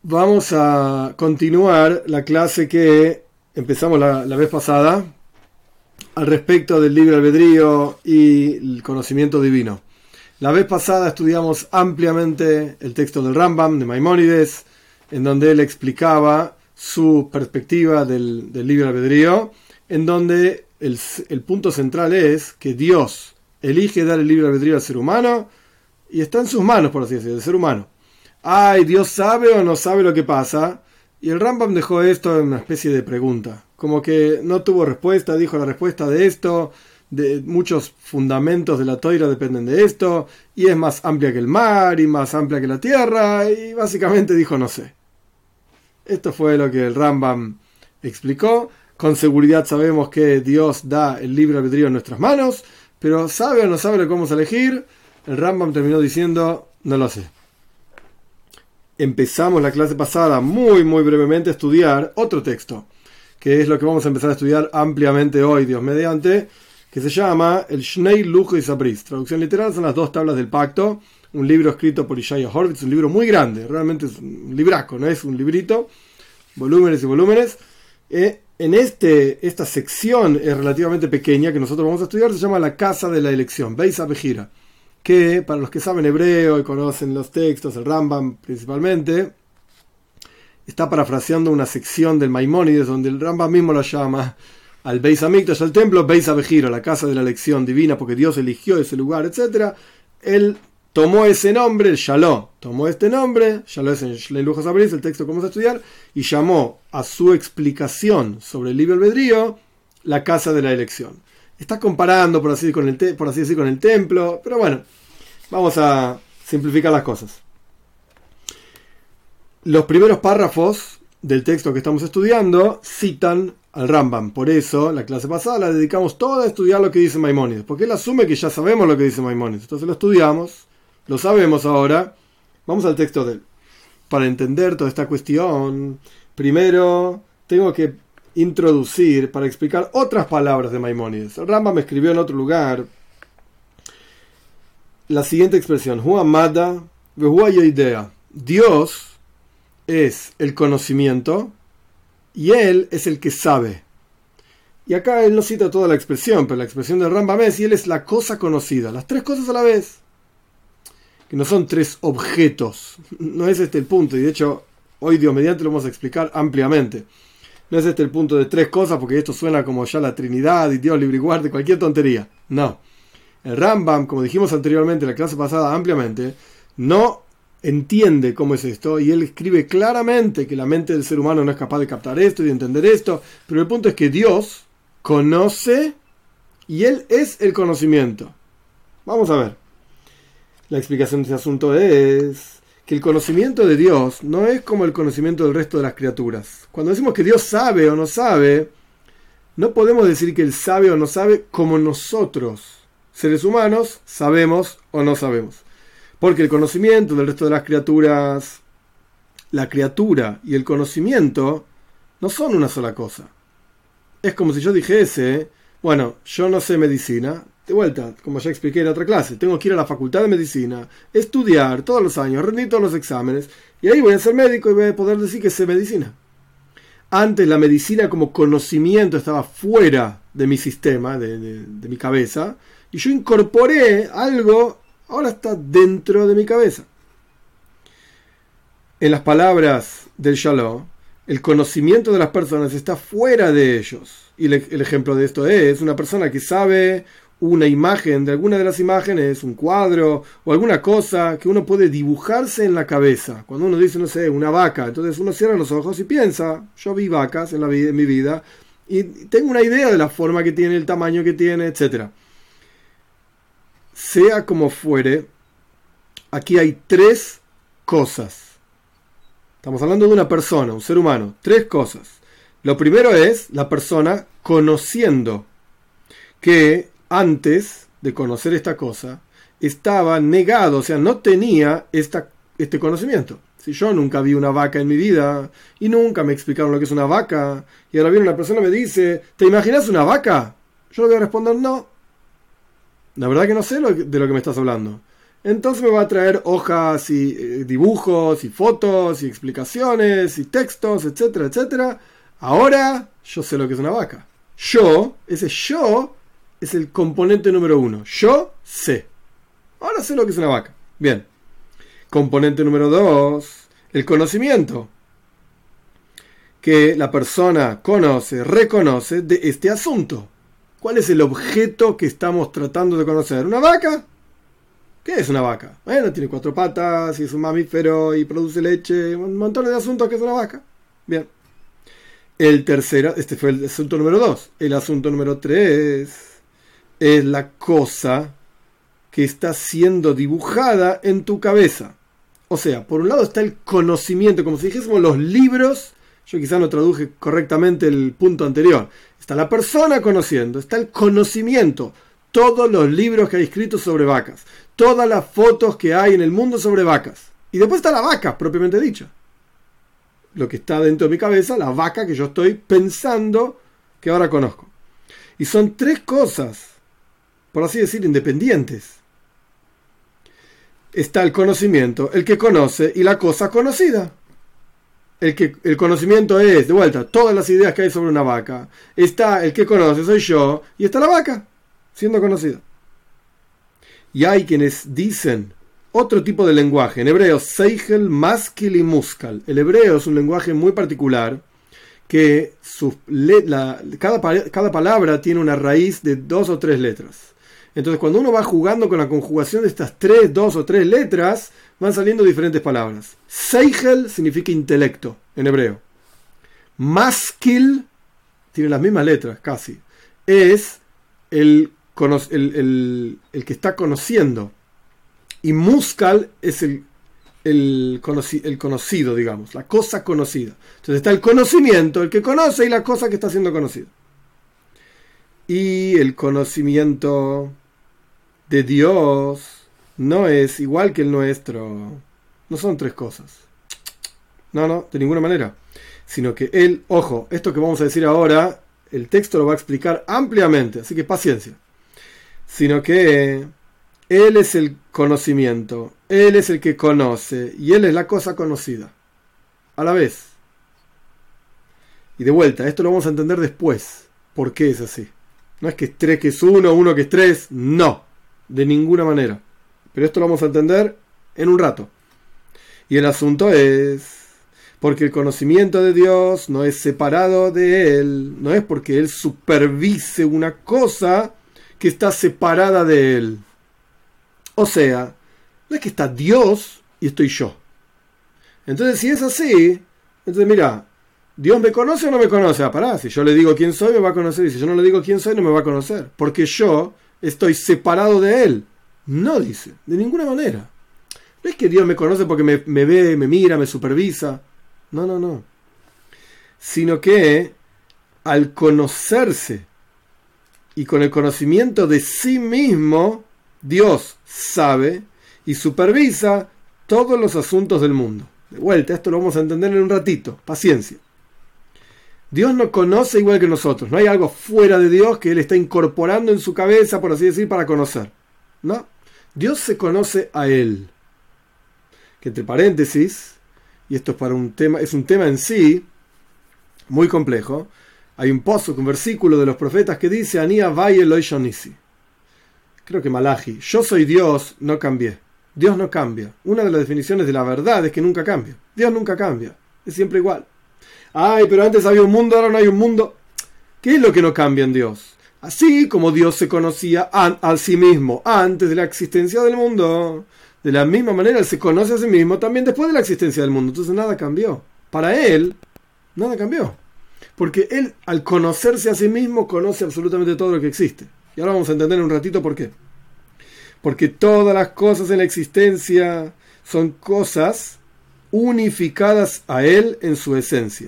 Vamos a continuar la clase que empezamos la vez pasada al respecto del libre albedrío y el conocimiento divino. La vez pasada estudiamos ampliamente el texto del Rambam de Maimónides, en donde él explicaba su perspectiva del libre albedrío, en donde el punto central es que Dios elige dar el libre albedrío al ser humano y está en sus manos, por así decirlo, del ser humano. ¿Dios sabe o no sabe lo que pasa? Y el Rambam dejó esto en una especie de pregunta. Como que no tuvo respuesta, dijo la respuesta de esto, de muchos fundamentos de la Toira dependen de esto, y es más amplia que el mar, y más amplia que la tierra, y básicamente dijo no sé. Esto fue lo que el Rambam explicó. Con seguridad sabemos que Dios da el libre albedrío en nuestras manos, pero ¿sabe o no sabe lo que vamos a elegir? El Rambam terminó diciendo, no lo sé. Empezamos la clase pasada muy brevemente a estudiar otro texto, que es lo que vamos a empezar a estudiar ampliamente hoy, Dios mediante, que se llama el Shnei Lujo y Sabris. Traducción literal son las dos tablas del pacto, un libro escrito por Ishaya Horvitz, un libro muy grande, realmente es un libraco, no es un librito, volúmenes y volúmenes. En esta sección es relativamente pequeña que nosotros vamos a estudiar, se llama la Casa de la Elección, Beis HaBechira, que para los que saben hebreo y conocen los textos, el Rambam principalmente, está parafraseando una sección del Maimónides donde el Rambam mismo lo llama al Beis Hamikdash, al templo, Beis HaBechira, la casa de la elección divina, porque Dios eligió ese lugar, etc. Él tomó ese nombre, el Shalom, tomó este nombre, Shalom es en Shnei Lujo Sabris, el texto que vamos a estudiar, y llamó a su explicación sobre el libre albedrío la casa de la elección. Está comparando, por así decir, con el templo, pero bueno, vamos a simplificar las cosas. Los primeros párrafos del texto que estamos estudiando citan al Rambam, por eso la clase pasada la dedicamos toda a estudiar lo que dice Maimónides, porque él asume que ya sabemos lo que dice Maimónides, entonces lo estudiamos, lo sabemos ahora, vamos al texto de él. Para entender toda esta cuestión, primero tengo que introducir, para explicar otras palabras de Maimónides. El Rambam escribió en otro lugar la siguiente expresión: Huamada idea. Dios es el conocimiento y Él es el que sabe. Y acá él no cita toda la expresión, pero la expresión del Rambam es: y Él es la cosa conocida, las tres cosas a la vez, que no son tres objetos. No es este el punto, y de hecho hoy Dios mediante lo vamos a explicar ampliamente. No es este el punto de tres cosas, porque esto suena como ya la Trinidad y Dios libre y guarde, cualquier tontería. No. El Rambam, como dijimos anteriormente en la clase pasada ampliamente, no entiende cómo es esto, y él escribe claramente que la mente del ser humano no es capaz de captar esto y de entender esto, pero el punto es que Dios conoce y Él es el conocimiento. Vamos a ver. La explicación de este asunto es que el conocimiento de Dios no es como el conocimiento del resto de las criaturas. Cuando decimos que Dios sabe o no sabe, no podemos decir que Él sabe o no sabe como nosotros, seres humanos, sabemos o no sabemos. Porque el conocimiento del resto de las criaturas, la criatura y el conocimiento no son una sola cosa. Es como si yo dijese, bueno, yo no sé medicina. De vuelta, como ya expliqué en otra clase, tengo que ir a la facultad de medicina, estudiar todos los años, rendir todos los exámenes, y ahí voy a ser médico y voy a poder decir que sé medicina. Antes la medicina como conocimiento estaba fuera de mi sistema, de mi cabeza, y yo incorporé algo, ahora está dentro de mi cabeza. En las palabras del Shalom, el conocimiento de las personas está fuera de ellos. Y el ejemplo de esto es una persona que sabe una imagen de alguna de las imágenes, un cuadro o alguna cosa que uno puede dibujarse en la cabeza. Cuando uno dice, no sé, una vaca, entonces uno cierra los ojos y piensa, yo vi vacas en mi vida y tengo una idea de la forma que tiene, el tamaño que tiene, etc. Sea como fuere, aquí hay tres cosas. Estamos hablando de una persona, un ser humano, tres cosas. Lo primero es la persona conociendo que antes de conocer esta cosa estaba negado, o sea, no tenía este conocimiento. Si yo nunca vi una vaca en mi vida y nunca me explicaron lo que es una vaca, y ahora viene una persona y me dice, ¿te imaginas una vaca? Yo le voy a responder, no. La verdad que no sé de lo que me estás hablando. entonces me va a traer hojas y dibujos y fotos y explicaciones y textos, etcétera, etcétera. Ahora yo sé lo que es una vaca. Ese yo es el componente número 1. Yo sé. Ahora sé lo que es una vaca. Bien. Componente número 2, el conocimiento. Que la persona reconoce de este asunto. ¿Cuál es el objeto que estamos tratando de conocer? ¿Una vaca? ¿Qué es una vaca? Bueno, tiene 4 patas y es un mamífero y produce leche. Un montón de asuntos que es una vaca. Bien. Este fue el asunto número 2. El asunto número 3 es la cosa que está siendo dibujada en tu cabeza. O sea, por un lado está el conocimiento, como si dijésemos los libros. Yo quizá no traduje correctamente el punto anterior. Está la persona conociendo, está el conocimiento. Todos los libros que hay escritos sobre vacas. Todas las fotos que hay en el mundo sobre vacas. Y después está la vaca, propiamente dicha. Lo que está dentro de mi cabeza, la vaca que yo estoy pensando que ahora conozco. Y son 3 cosas, por así decir, independientes. Está el conocimiento, el que conoce, y la cosa conocida. El conocimiento es, de vuelta, todas las ideas que hay sobre una vaca. Está el que conoce, soy yo, y está la vaca, siendo conocida. Y hay quienes dicen otro tipo de lenguaje. En hebreo, Seichel, Maskil y Muskal. El hebreo es un lenguaje muy particular que cada palabra tiene una raíz de 2 o 3 letras. Entonces, cuando uno va jugando con la conjugación de estas 2 o 3 letras, van saliendo diferentes palabras. Seichel significa intelecto en hebreo. Maskil tiene las mismas letras, casi. Es el que está conociendo. Y Muskal es el conocido, digamos, la cosa conocida. Entonces está el conocimiento, el que conoce, y la cosa que está siendo conocida. Y el conocimiento de Dios no es igual que el nuestro. No son 3 cosas. No, de ninguna manera. Sino que Él, ojo, esto que vamos a decir ahora, el texto lo va a explicar ampliamente, así que paciencia. Sino que Él es el conocimiento, Él es el que conoce, y Él es la cosa conocida, a la vez. Y de vuelta, esto lo vamos a entender después. ¿Por qué es así? No es que 3 que es 1, 1 que es 3, no, de ninguna manera. Pero esto lo vamos a entender en un rato. Y el asunto es, porque el conocimiento de Dios no es separado de Él, no es porque Él supervise una cosa que está separada de Él. O sea, no es que está Dios y estoy yo. Entonces, si es así, entonces mira, ¿Dios me conoce o no me conoce? Ah, pará, si yo le digo quién soy, me va a conocer. Y si yo no le digo quién soy, no me va a conocer. Porque yo estoy separado de Él. No, dice, de ninguna manera. No es que Dios me conoce porque me ve, me mira, me supervisa. No. Sino que al conocerse y con el conocimiento de sí mismo, Dios sabe y supervisa todos los asuntos del mundo. De vuelta, esto lo vamos a entender en un ratito. Paciencia. Dios no conoce igual que nosotros. No hay algo fuera de Dios que Él está incorporando en su cabeza, por así decir, para conocer. No. Dios se conoce a Él. Que entre paréntesis, y esto es un tema en sí, muy complejo, hay un versículo de los profetas que dice, Ani Havai Eloi Shonisi. Creo que Malachi, yo soy Dios, no cambié. Dios no cambia. Una de las definiciones de la verdad es que nunca cambia. Dios nunca cambia. Es siempre igual. Ay, pero antes había un mundo, ahora no hay un mundo. ¿Qué es lo que no cambia en Dios? Así como Dios se conocía a sí mismo antes de la existencia del mundo, de la misma manera Él se conoce a sí mismo también después de la existencia del mundo. Entonces nada cambió. Para Él, nada cambió. Porque Él, al conocerse a sí mismo, conoce absolutamente todo lo que existe. Y ahora vamos a entender en un ratito por qué. Porque todas las cosas en la existencia son cosas unificadas a Él en su esencia.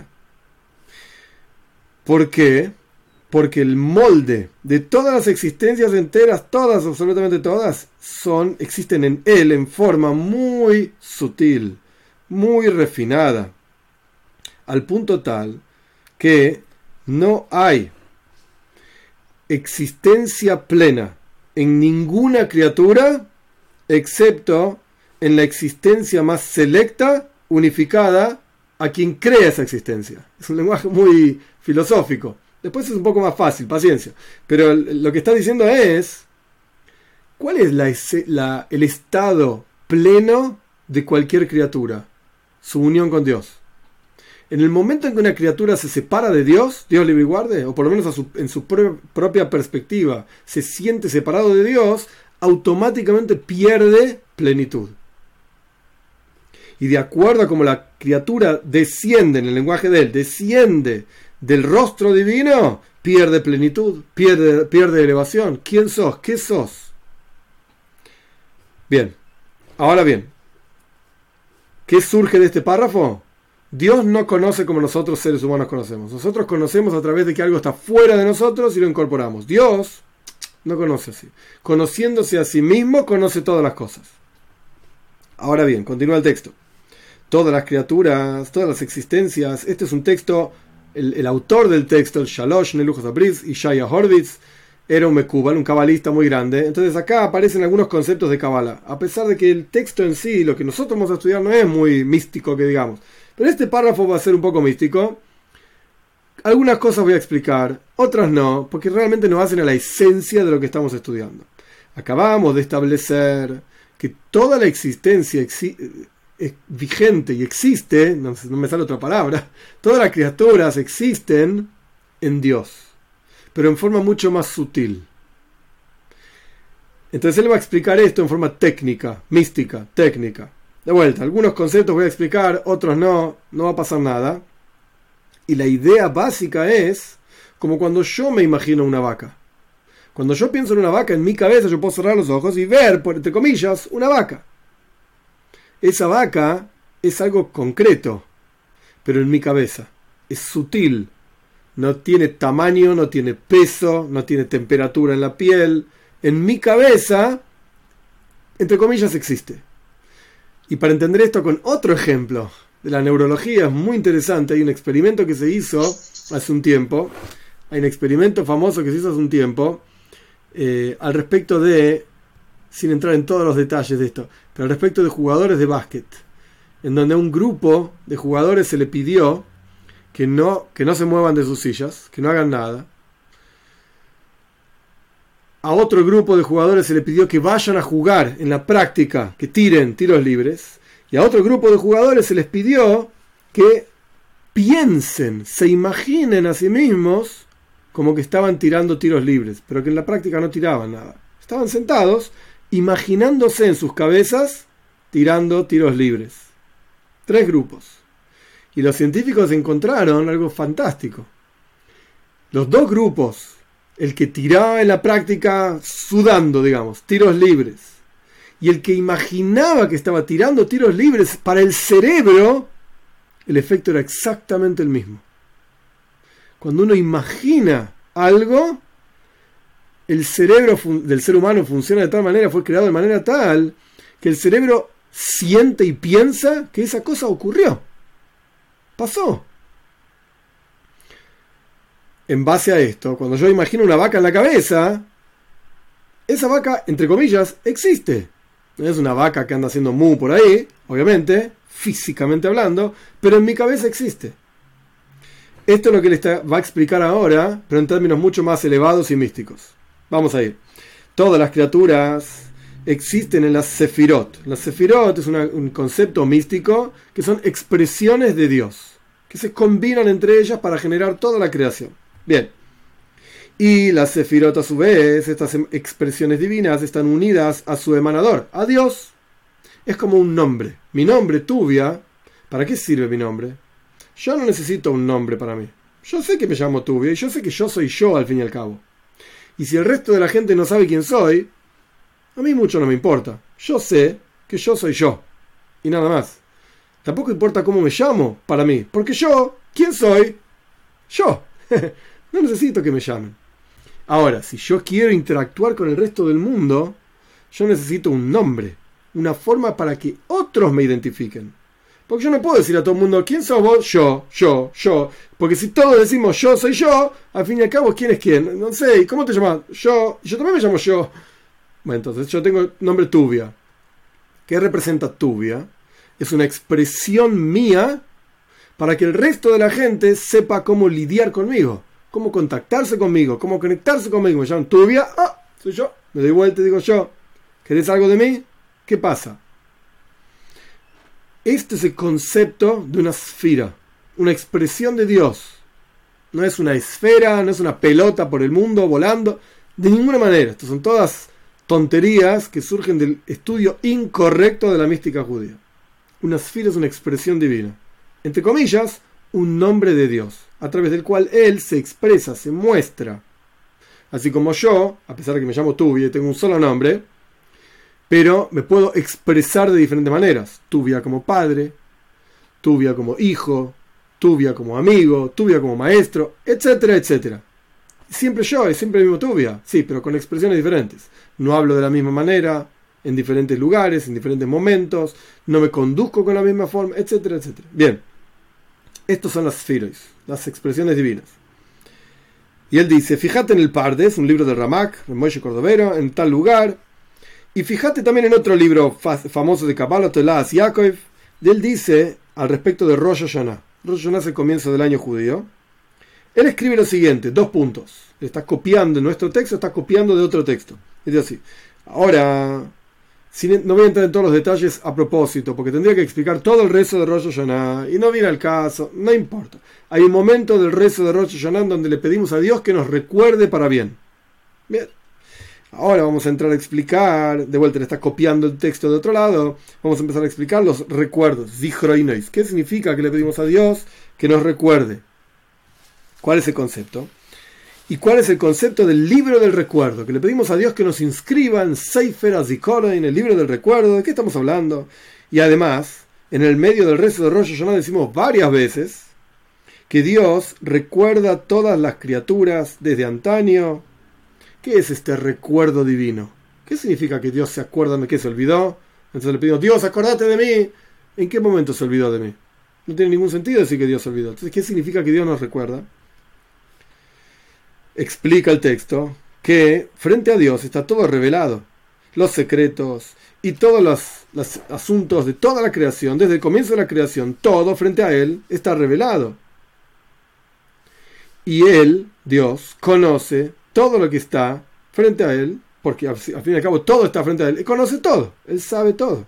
¿Por qué? Porque el molde de todas las existencias enteras, todas, absolutamente todas, existen en Él en forma muy sutil, muy refinada, al punto tal que no hay existencia plena en ninguna criatura excepto en la existencia más selecta, unificada, a quien crea esa existencia. Es un lenguaje muy filosófico. Después es un poco más fácil, paciencia. Pero lo que está diciendo es, ¿cuál es el estado pleno de cualquier criatura? Su unión con Dios. En el momento en que una criatura se separa de Dios, Dios libre y guarde, o por lo menos en su propia perspectiva, se siente separado de Dios, automáticamente pierde plenitud. Y de acuerdo a cómo la criatura desciende, en el lenguaje de él, desciende del rostro divino, pierde plenitud, pierde elevación. ¿Quién sos? ¿Qué sos? Bien, ahora bien, ¿qué surge de este párrafo? Dios no conoce como nosotros seres humanos conocemos. Nosotros conocemos a través de que algo está fuera de nosotros y lo incorporamos. Dios no conoce así. Conociéndose a sí mismo, conoce todas las cosas. Ahora bien, continúa el texto. Todas las criaturas, todas las existencias. Este es un texto, el autor del texto, el Shalosh Neluchos Abriz y Shaya Horvitz, era un mekubal, un cabalista muy grande. Entonces acá aparecen algunos conceptos de Kabbalah. A pesar de que el texto en sí, lo que nosotros vamos a estudiar, no es muy místico, que digamos. Pero este párrafo va a ser un poco místico. Algunas cosas voy a explicar, otras no, porque realmente nos hacen a la esencia de lo que estamos estudiando. Acabamos de establecer que toda la existencia es vigente y existe, no me sale otra palabra, todas las criaturas existen en Dios, pero en forma mucho más sutil. Entonces él va a explicar esto en forma técnica, mística, técnica. De vuelta, algunos conceptos voy a explicar, otros no va a pasar nada. Y la idea básica es como cuando yo me imagino una vaca. Cuando yo pienso en una vaca, en mi cabeza yo puedo cerrar los ojos y ver, por entre comillas, una vaca. Esa vaca es algo concreto, pero en mi cabeza. Es sutil. No tiene tamaño, no tiene peso, no tiene temperatura en la piel. En mi cabeza, entre comillas, existe. Y para entender esto con otro ejemplo de la neurología, es muy interesante. Hay un experimento que se hizo hace un tiempo. Hay un experimento famoso que se hizo hace un tiempo al respecto de, sin entrar en todos los detalles de esto, pero al respecto de jugadores de básquet, en donde a un grupo de jugadores se le pidió que no se muevan de sus sillas, que no hagan nada. A otro grupo de jugadores se le pidió que vayan a jugar en la práctica, que tiren tiros libres. Y a otro grupo de jugadores se les pidió que piensen, se imaginen a sí mismos como que estaban tirando tiros libres, pero que en la práctica no tiraban nada. Estaban sentados, imaginándose en sus cabezas tirando tiros libres. 3 grupos. Y los científicos encontraron algo fantástico. Los 2 grupos, el que tiraba en la práctica sudando, digamos, tiros libres, y el que imaginaba que estaba tirando tiros libres, para el cerebro el efecto era exactamente el mismo. Cuando uno imagina algo, el cerebro del ser humano funciona de tal manera, fue creado de manera tal, que el cerebro siente y piensa que esa cosa ocurrió. Pasó. En base a esto, cuando yo imagino una vaca en la cabeza, esa vaca, entre comillas, existe. No es una vaca que anda haciendo mu por ahí, obviamente, físicamente hablando, pero en mi cabeza existe. Esto es lo que le va a explicar ahora, pero en términos mucho más elevados y místicos. Vamos a ir. Todas las criaturas existen en las sefirot. Las sefirot es un concepto místico que son expresiones de Dios, que se combinan entre ellas para generar toda la creación. Bien, y las sefirot a su vez, estas expresiones divinas, están unidas a su emanador, a Dios. Es como un nombre. Mi nombre, Tuvia, ¿para qué sirve mi nombre? Yo no necesito un nombre para mí. Yo sé que me llamo Tuvia y yo sé que yo soy yo al fin y al cabo. Y si el resto de la gente no sabe quién soy, a mí mucho no me importa. Yo sé que yo soy yo. Y nada más. Tampoco importa cómo me llamo para mí, porque yo, ¿quién soy? Yo. No necesito que me llamen. Ahora, si yo quiero interactuar con el resto del mundo, yo necesito un nombre, una forma para que otros me identifiquen. Porque yo no puedo decir a todo el mundo, ¿quién sos vos? Yo. Porque si todos decimos yo soy yo, al fin y al cabo, ¿quién es quién? No sé, ¿cómo te llamas? Yo también me llamo yo. Bueno, entonces yo tengo nombre Tuvia. ¿Qué representa Tuvia? Es una expresión mía para que el resto de la gente sepa cómo lidiar conmigo, cómo contactarse conmigo, cómo conectarse conmigo. Me llaman Tuvia, soy yo, me doy vuelta y digo yo, ¿querés algo de mí? ¿Qué pasa? Este es el concepto de una esfera, una expresión de Dios. No es una esfera, no es una pelota por el mundo volando, de ninguna manera. Estas son todas tonterías que surgen del estudio incorrecto de la mística judía. Una esfera es una expresión divina, entre comillas, un nombre de Dios, a través del cual Él se expresa, se muestra. Así como yo, a pesar de que me llamo Tuvia y tengo un solo nombre, pero me puedo expresar de diferentes maneras. Tuvia como padre, Tuvia como hijo, Tuvia como amigo, Tuvia como maestro, etcétera, etcétera. Siempre yo, es siempre el mismo Tuvia, sí, pero con expresiones diferentes. No hablo de la misma manera, en diferentes lugares, en diferentes momentos, no me conduzco con la misma forma, etcétera, etcétera. Bien, estos son las sfiros, las expresiones divinas. Y él dice, fíjate en el Pardes, un libro de Ramak, de Moshe Cordovero, en tal lugar, y fíjate también en otro libro famoso de Kabbalah, Tolás Yaakov, y él dice al respecto de Rosh Hashanah. Rosh Hashanah es el comienzo del año judío. Él escribe lo siguiente, 2 puntos. Está copiando nuestro texto, está copiando de otro texto. Es así. Ahora, no voy a entrar en todos los detalles a propósito, porque tendría que explicar todo el rezo de Rosh Hashanah, y no viene al caso, no importa. Hay un momento del rezo de Rosh Hashanah donde le pedimos a Dios que nos recuerde para bien. Bien. Ahora vamos a entrar a explicar, de vuelta le está copiando el texto de otro lado, vamos a empezar a explicar los recuerdos, zichroinois. ¿Qué significa que le pedimos a Dios que nos recuerde? ¿Cuál es el concepto? ¿Y cuál es el concepto del libro del recuerdo? Que le pedimos a Dios que nos inscriba en Sefer HaZikaron, en el libro del recuerdo. ¿De qué estamos hablando? Y además, en el medio del rezo de Rosh Hashanah decimos varias veces que Dios recuerda a todas las criaturas desde antaño. ¿Qué es este recuerdo divino? ¿Qué significa que Dios se acuerda de qué se olvidó? Entonces le pedimos, Dios, acordate de mí. ¿En qué momento se olvidó de mí? No tiene ningún sentido decir que Dios se olvidó. Entonces, ¿qué significa que Dios nos recuerda? Explica el texto que frente a Dios está todo revelado. Los secretos y todos los asuntos de toda la creación, desde el comienzo de la creación, todo frente a Él está revelado. Y Él, Dios, conoce todo lo que está frente a Él, porque al fin y al cabo todo está frente a Él. Él conoce todo, Él sabe todo.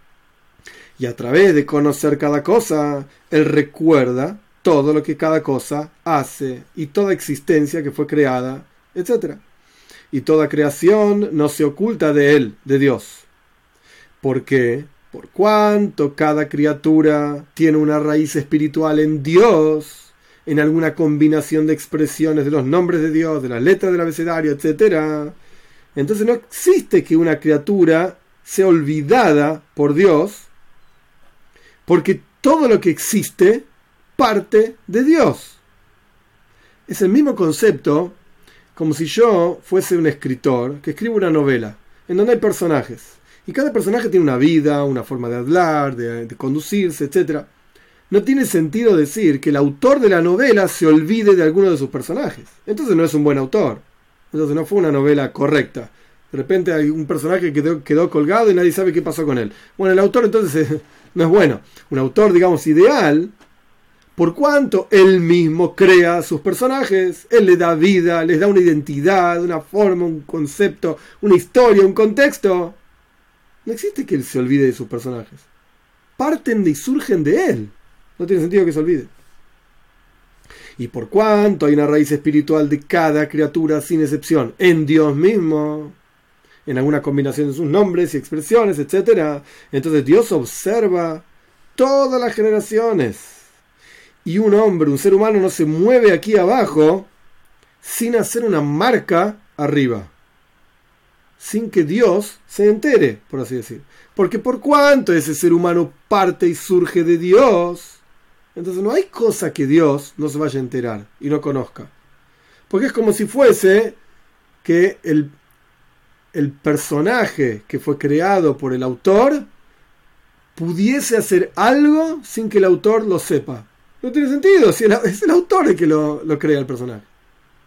Y a través de conocer cada cosa, Él recuerda todo lo que cada cosa hace y toda existencia que fue creada, etc. Y toda creación no se oculta de Él, de Dios. ¿Por qué? Por cuanto cada criatura tiene una raíz espiritual en Dios, en alguna combinación de expresiones de los nombres de Dios, de las letras del abecedario, etc. Entonces no existe que una criatura sea olvidada por Dios, porque todo lo que existe parte de Dios. Es el mismo concepto como si yo fuese un escritor que escribe una novela en donde hay personajes y cada personaje tiene una vida, una forma de hablar, de conducirse, etc. No tiene sentido decir que el autor de la novela se olvide de alguno de sus personajes. Entonces no es un buen autor. Entonces no fue una novela correcta. De repente hay un personaje que quedó colgado y nadie sabe qué pasó con él. Bueno, el autor entonces no es bueno. Un autor, digamos, ideal, por cuanto él mismo crea sus personajes, él le da vida, les da una identidad, una forma, un concepto, una historia, un contexto. No existe que él se olvide de sus personajes. Parten y surgen de él. No tiene sentido que se olvide. Y por cuanto hay una raíz espiritual de cada criatura sin excepción en Dios mismo, en alguna combinación de sus nombres y expresiones, etc. Entonces Dios observa todas las generaciones. Y un hombre, un ser humano, no se mueve aquí abajo sin hacer una marca arriba. Sin que Dios se entere, por así decir. Porque por cuanto ese ser humano parte y surge de Dios, entonces no hay cosa que Dios no se vaya a enterar y no conozca. Porque es como si fuese que el personaje que fue creado por el autor pudiese hacer algo sin que el autor lo sepa. No tiene sentido, si es el autor el que lo crea el personaje.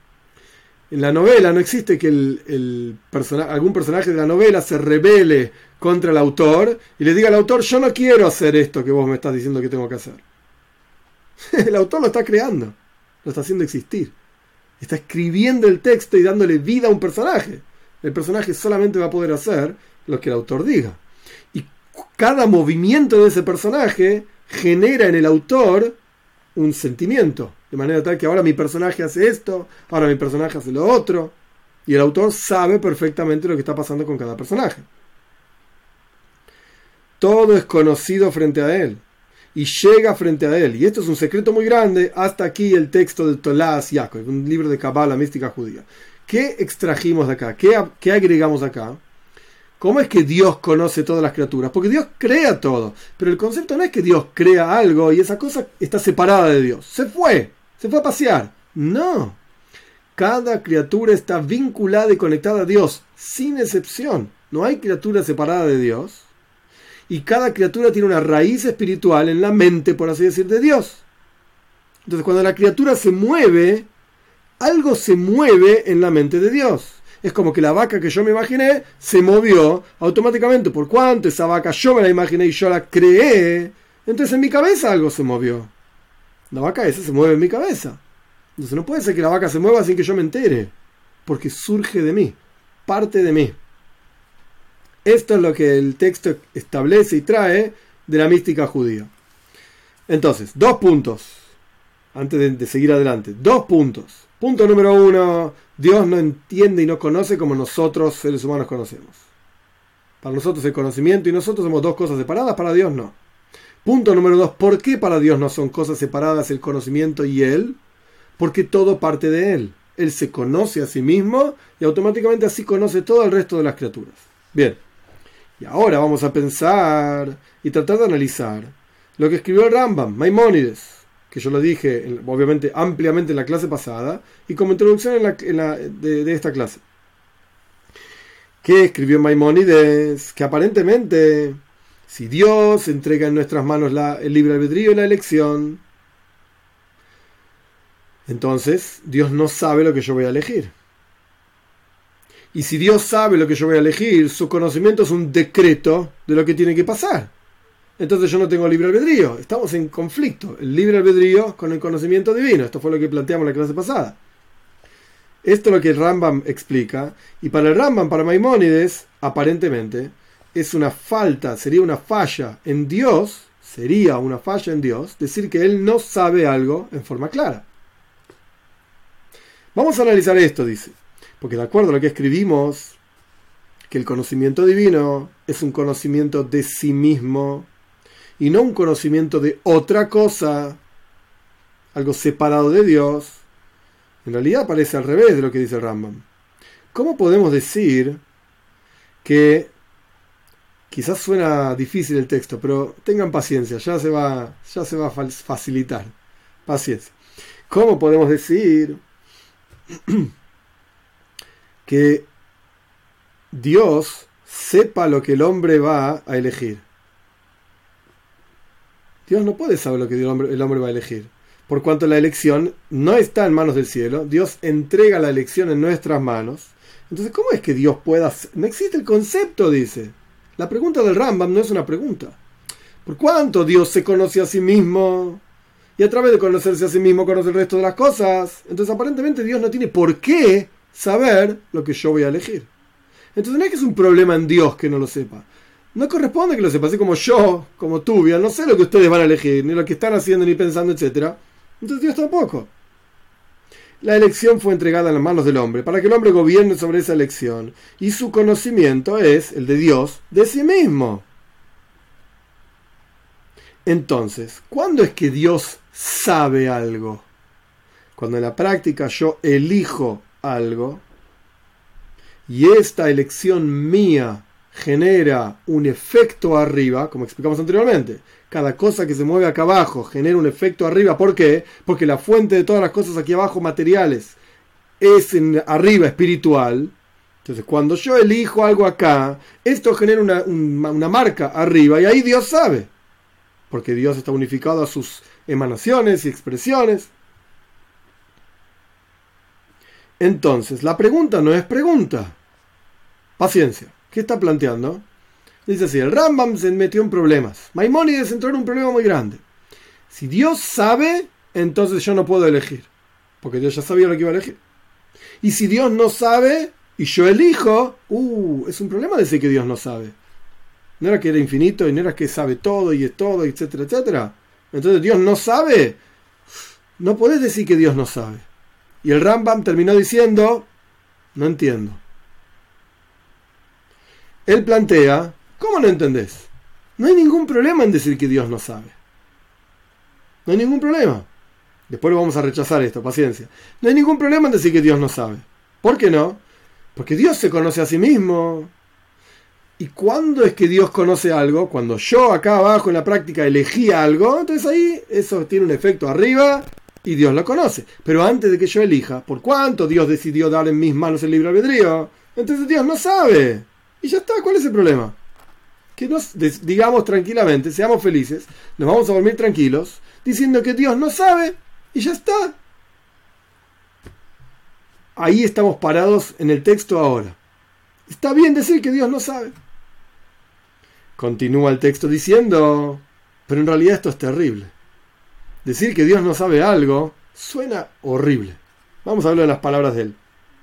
En la novela no existe que algún personaje de la novela se revele contra el autor y le diga al autor, yo no quiero hacer esto que vos me estás diciendo que tengo que hacer. El autor lo está creando, lo está haciendo existir. Está escribiendo el texto y dándole vida a un personaje. El personaje solamente va a poder hacer lo que el autor diga. Y cada movimiento de ese personaje genera en el autor un sentimiento. De manera tal que ahora mi personaje hace esto, ahora mi personaje hace lo otro. Y el autor sabe perfectamente lo que está pasando con cada personaje. Todo es conocido frente a él. Y llega frente a él. Y esto es un secreto muy grande. Hasta aquí el texto del Tolás Yaakov, un libro de Kabbalah, mística judía. ¿Qué extrajimos de acá? ¿Qué agregamos acá? ¿Cómo es que Dios conoce todas las criaturas? Porque Dios crea todo. Pero el concepto no es que Dios crea algo y esa cosa está separada de Dios. Se fue a pasear. No. Cada criatura está vinculada y conectada a Dios, sin excepción. No hay criatura separada de Dios. Y cada criatura tiene una raíz espiritual en la mente, por así decir, de Dios. Entonces, cuando la criatura se mueve, algo se mueve en la mente de Dios. Es como que la vaca que yo me imaginé se movió automáticamente. Por cuanto esa vaca yo me la imaginé y yo la creé, entonces en mi cabeza algo se movió. La vaca esa se mueve en mi cabeza. Entonces no puede ser que la vaca se mueva sin que yo me entere, porque surge de mí, parte de mí. Esto es lo que el texto establece y trae de la mística judía. Entonces, 2 puntos. Antes de seguir adelante. 2 puntos. Punto número 1. Dios no entiende y no conoce como nosotros, seres humanos, conocemos. Para nosotros el conocimiento y nosotros somos 2 cosas separadas, para Dios no. Punto número 2. ¿Por qué para Dios no son cosas separadas el conocimiento y Él? Porque todo parte de Él. Él se conoce a sí mismo y automáticamente así conoce todo el resto de las criaturas. Bien. Y ahora vamos a pensar y tratar de analizar lo que escribió el Rambam, Maimónides, que yo lo dije obviamente ampliamente en la clase pasada y como introducción de esta clase. ¿Qué escribió Maimónides? Que aparentemente, si Dios entrega en nuestras manos el libre albedrío y la elección, entonces Dios no sabe lo que yo voy a elegir. Y si Dios sabe lo que yo voy a elegir, su conocimiento es un decreto de lo que tiene que pasar. Entonces yo no tengo libre albedrío. Estamos en conflicto. El libre albedrío con el conocimiento divino. Esto fue lo que planteamos en la clase pasada. Esto es lo que el Rambam explica. Y para el Rambam, para Maimónides, aparentemente, es una falta, sería una falla en Dios, decir que él no sabe algo en forma clara. Vamos a analizar esto, dice. Porque de acuerdo a lo que escribimos, que el conocimiento divino es un conocimiento de sí mismo y no un conocimiento de otra cosa, algo separado de Dios. En realidad parece al revés de lo que dice el Rambam. ¿Cómo podemos decir que, quizás suena difícil el texto, pero tengan paciencia, ya se va a facilitar. Paciencia. ¿Cómo podemos decir que Dios sepa lo que el hombre va a elegir? Dios no puede saber lo que el hombre va a elegir. Por cuanto la elección no está en manos del cielo, Dios entrega la elección en nuestras manos. Entonces, ¿cómo es que Dios pueda? No existe el concepto, dice. La pregunta del Rambam no es una pregunta. ¿Por cuánto Dios se conoce a sí mismo? Y a través de conocerse a sí mismo conoce el resto de las cosas. Entonces, aparentemente Dios no tiene por qué saber lo que yo voy a elegir. Entonces no es que es un problema en Dios que no lo sepa. No corresponde que lo sepa, así como yo, como tú, no sé lo que ustedes van a elegir, ni lo que están haciendo, ni pensando, etc. Entonces Dios tampoco. La elección fue entregada en las manos del hombre, para que el hombre gobierne sobre esa elección, y su conocimiento es el de Dios, de sí mismo. Entonces, ¿cuándo es que Dios sabe algo? Cuando en la práctica yo elijo algo, y esta elección mía genera un efecto arriba, como explicamos anteriormente. Cada cosa que se mueve acá abajo genera un efecto arriba. ¿Por qué? Porque la fuente de todas las cosas aquí abajo materiales es arriba espiritual. Entonces cuando yo elijo algo acá, esto genera una marca arriba y ahí Dios sabe. Porque Dios está unificado a sus emanaciones y expresiones. Entonces, la pregunta no es pregunta. Paciencia. ¿Qué está planteando? Dice así, el Rambam se metió en problemas. Maimónides entró en un problema muy grande. Si Dios sabe, entonces yo no puedo elegir, porque Dios ya sabía lo que iba a elegir. Y si Dios no sabe y yo elijo, es un problema decir que Dios no sabe. No era que era infinito y no era que sabe todo y es todo, etcétera, etcétera. Entonces Dios no sabe. No podés decir que Dios no sabe. Y el Rambam terminó diciendo, no entiendo. Él plantea, ¿cómo no entendés? No hay ningún problema en decir que Dios no sabe. No hay ningún problema. Después vamos a rechazar esto, paciencia. No hay ningún problema en decir que Dios no sabe. ¿Por qué no? Porque Dios se conoce a sí mismo. ¿Y cuándo es que Dios conoce algo? Cuando yo acá abajo en la práctica elegí algo, entonces ahí eso tiene un efecto arriba y Dios lo conoce. Pero antes de que yo elija, ¿por cuánto Dios decidió dar en mis manos el libre albedrío? Entonces Dios no sabe. Y ya está, ¿cuál es el problema? Que nos digamos tranquilamente, seamos felices, nos vamos a dormir tranquilos, diciendo que Dios no sabe y ya está. Ahí estamos parados en el texto ahora. Está bien decir que Dios no sabe. Continúa el texto diciendo, pero en realidad esto es terrible. Decir que Dios no sabe algo suena horrible. Vamos a hablar de las palabras de él.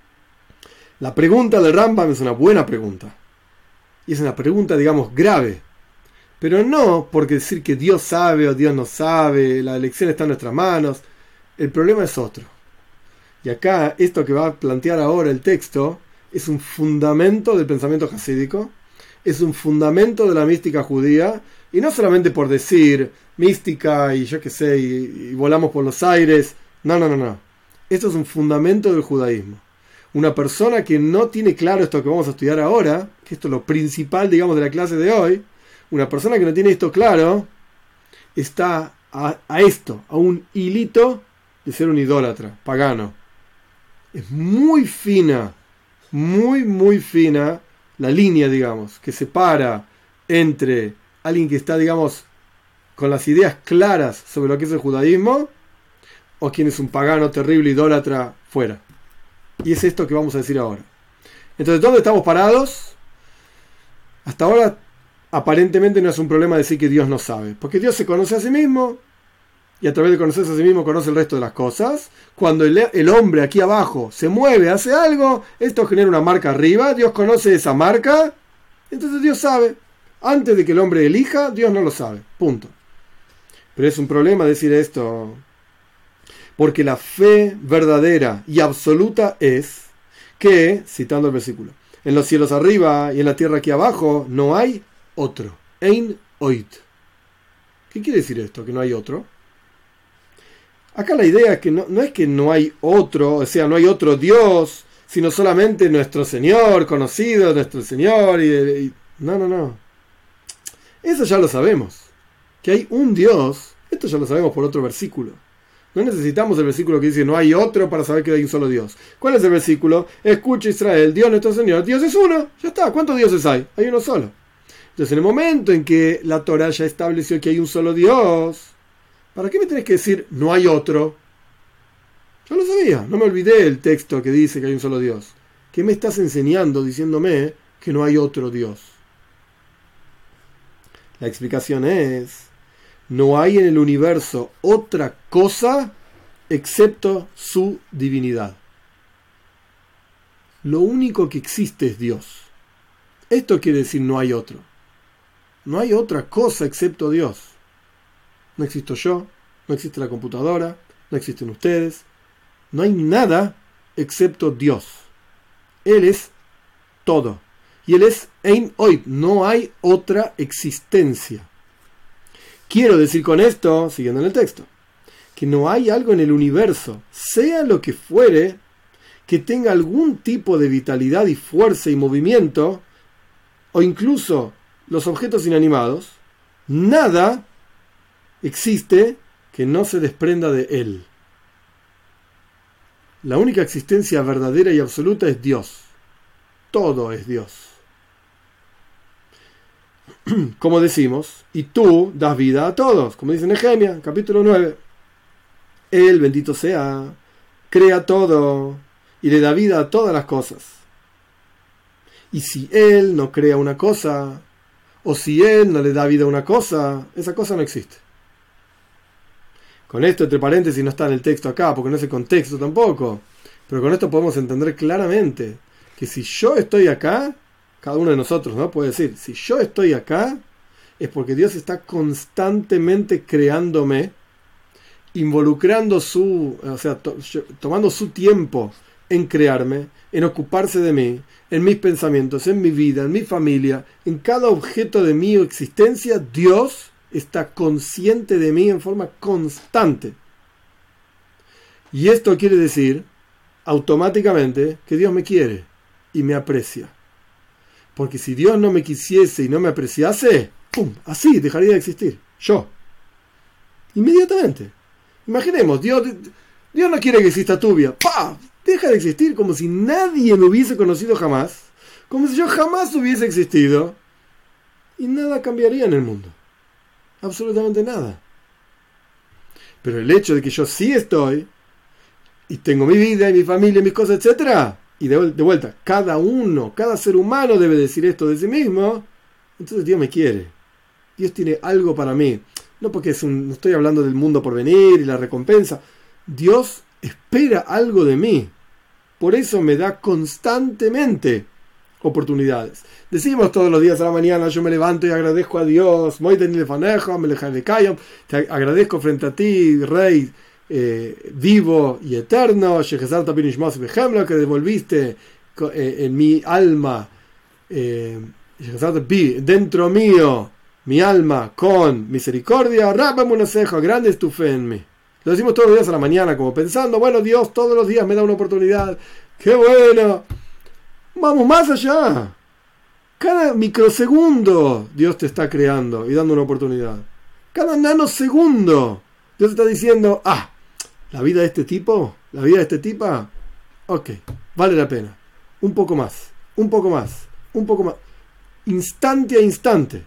La pregunta del Rambam es una buena pregunta. Y es una pregunta, digamos, grave. Pero no porque decir que Dios sabe o Dios no sabe, la elección está en nuestras manos. El problema es otro. Y acá, esto que va a plantear ahora el texto, es un fundamento del pensamiento hasídico, es un fundamento de la mística judía, y no solamente por decir mística y yo qué sé, y volamos por los aires. No. Esto es un fundamento del judaísmo. Una persona que no tiene claro esto que vamos a estudiar ahora, que esto es lo principal, digamos, de la clase de hoy, una persona que no tiene esto claro, está a esto, a un hilito de ser un idólatra, pagano. Es muy fina, muy fina la línea, digamos, que separa entre alguien que está, digamos, con las ideas claras sobre lo que es el judaísmo, o quien es un pagano terrible, idólatra, fuera. Y es esto que vamos a decir ahora. Entonces, ¿dónde estamos parados? Hasta ahora, aparentemente no es un problema decir que Dios no sabe, porque Dios se conoce a sí mismo, y a través de conocerse a sí mismo conoce el resto de las cosas. Cuando el hombre aquí abajo se mueve, hace algo, esto genera una marca arriba, Dios conoce esa marca, entonces Dios sabe. Antes de que el hombre elija, Dios no lo sabe, punto. Pero es un problema decir esto, porque la fe verdadera y absoluta es que, citando el versículo, en los cielos arriba y en la tierra aquí abajo no hay otro. Ein oit. ¿Qué quiere decir esto? ¿Que no hay otro? Acá la idea es que no es que no hay otro, o sea, no hay otro Dios, sino solamente nuestro Señor, conocido, nuestro Señor. No. Eso ya lo sabemos. Que hay un Dios, esto ya lo sabemos por otro versículo. No necesitamos el versículo que dice no hay otro para saber que hay un solo Dios. ¿Cuál es el versículo? Escucha Israel, Dios nuestro Señor, Dios es uno. Ya está, ¿cuántos dioses hay? Hay uno solo. Entonces en el momento en que la Torá ya estableció que hay un solo Dios, ¿para qué me tenés que decir no hay otro? Yo lo sabía, no me olvidé el texto que dice que hay un solo Dios. ¿Qué me estás enseñando diciéndome que no hay otro Dios? La explicación es, no hay en el universo otra cosa excepto su divinidad. Lo único que existe es Dios. Esto quiere decir no hay otro. No hay otra cosa excepto Dios. No existo yo, no existe la computadora, no existen ustedes. No hay nada excepto Dios. Él es todo. Y Él es Ein Oid. No hay otra existencia. Quiero decir con esto, siguiendo en el texto, que no hay algo en el universo, sea lo que fuere, que tenga algún tipo de vitalidad y fuerza y movimiento, o incluso los objetos inanimados, nada existe que no se desprenda de Él. La única existencia verdadera y absoluta es Dios. Todo es Dios. Como decimos, y tú das vida a todos, como dice Nehemia, capítulo 9. Él, bendito sea, crea todo y le da vida a todas las cosas. Y si Él no crea una cosa, o si Él no le da vida a una cosa, esa cosa no existe. Con esto, entre paréntesis, no está en el texto acá, porque no es el contexto tampoco, pero con esto podemos entender claramente que si yo estoy acá, cada uno de nosotros, ¿no?, puede decir, si yo estoy acá, es porque Dios está constantemente creándome, involucrando tomando su tiempo en crearme, en ocuparse de mí, en mis pensamientos, en mi vida, en mi familia, en cada objeto de mi existencia. Dios está consciente de mí en forma constante. Y esto quiere decir automáticamente que Dios me quiere y me aprecia. Porque si Dios no me quisiese y no me apreciase, ¡pum!, así dejaría de existir. Yo. Inmediatamente. Imaginemos, Dios no quiere que exista Tubia. ¡Pah! Deja de existir como si nadie me hubiese conocido jamás. Como si yo jamás hubiese existido. Y nada cambiaría en el mundo. Absolutamente nada. Pero el hecho de que yo sí estoy, y tengo mi vida, y mi familia, y mis cosas, etc., y de vuelta, cada ser humano debe decir esto de sí mismo, entonces Dios me quiere. Dios tiene algo para mí. No porque no estoy hablando del mundo por venir y la recompensa. Dios espera algo de mí. Por eso me da constantemente oportunidades. Decimos todos los días a la mañana, yo me levanto y agradezco a Dios, te agradezco frente a ti, Rey vivo y eterno, que devolviste en mi alma, dentro mío, mi alma con misericordia, grande es tu fe en mí. Lo decimos todos los días a la mañana, como pensando, bueno, Dios todos los días me da una oportunidad, ¡qué bueno! Vamos más allá. Cada microsegundo Dios te está creando y dando una oportunidad. Cada nanosegundo Dios está diciendo, la vida de este tipo, la vida de este tipa, ok, vale la pena. Un poco más, un poco más, un poco más. Instante a instante.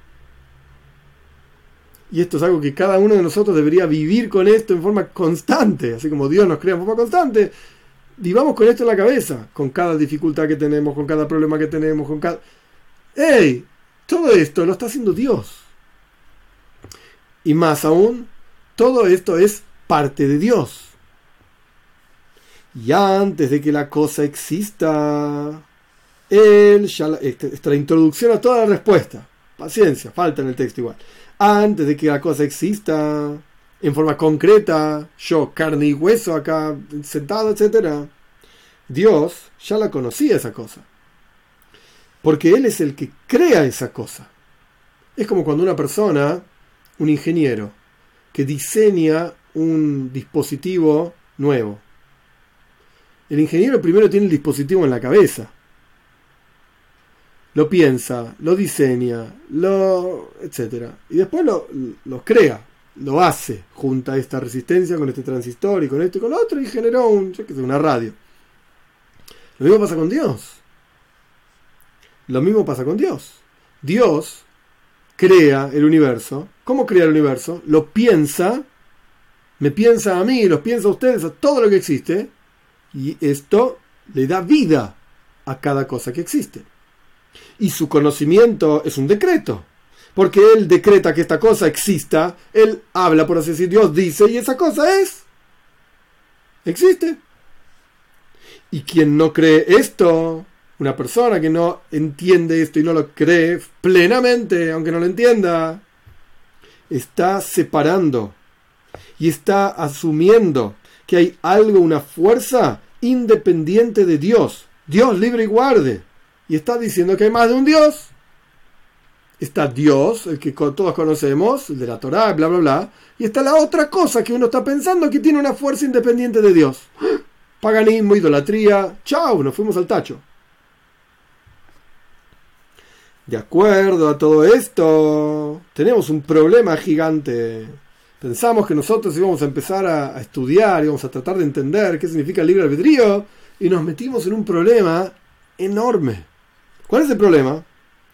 Y esto es algo que cada uno de nosotros debería vivir con esto en forma constante. Así como Dios nos crea en forma constante, vivamos con esto en la cabeza, con cada dificultad que tenemos, con cada problema que tenemos, con cada... ¡Ey! Todo esto lo está haciendo Dios. Y más aún, todo esto es parte de Dios. Y antes de que la cosa exista, esta es la introducción a toda la respuesta. Paciencia, falta en el texto igual. Antes de que la cosa exista en forma concreta, yo, carne y hueso acá sentado, etc., Dios ya la conocía esa cosa. Porque Él es el que crea esa cosa. Es como cuando una persona, un ingeniero, que diseña un dispositivo nuevo. El ingeniero primero tiene el dispositivo en la cabeza. Lo piensa, lo diseña, etc. Y después lo crea, lo hace, junta esta resistencia con este transistor y con esto y con lo otro y generó una radio. Lo mismo pasa con Dios. Lo mismo pasa con Dios. Dios crea el universo. ¿Cómo crea el universo? Lo piensa, me piensa a mí, los piensa a ustedes, a todo lo que existe, y esto le da vida a cada cosa que existe. Y su conocimiento es un decreto, porque Él decreta que esta cosa exista, Él habla, por así decir, Dios dice, y esa cosa existe. Y quien no cree esto, una persona que no entiende esto y no lo cree plenamente, aunque no lo entienda, está separando y está asumiendo que hay algo, una fuerza independiente de Dios, Dios libre y guarde, y está diciendo que hay más de un Dios. Está Dios, el que todos conocemos, el de la Torá, bla bla bla, y está la otra cosa que uno está pensando que tiene una fuerza independiente de Dios. Paganismo, idolatría, chao, nos fuimos al tacho. De acuerdo a todo esto, tenemos un problema gigante. Pensamos que nosotros íbamos a empezar a estudiar, íbamos a tratar de entender qué significa el libre albedrío, y nos metimos en un problema enorme. ¿Cuál es el problema?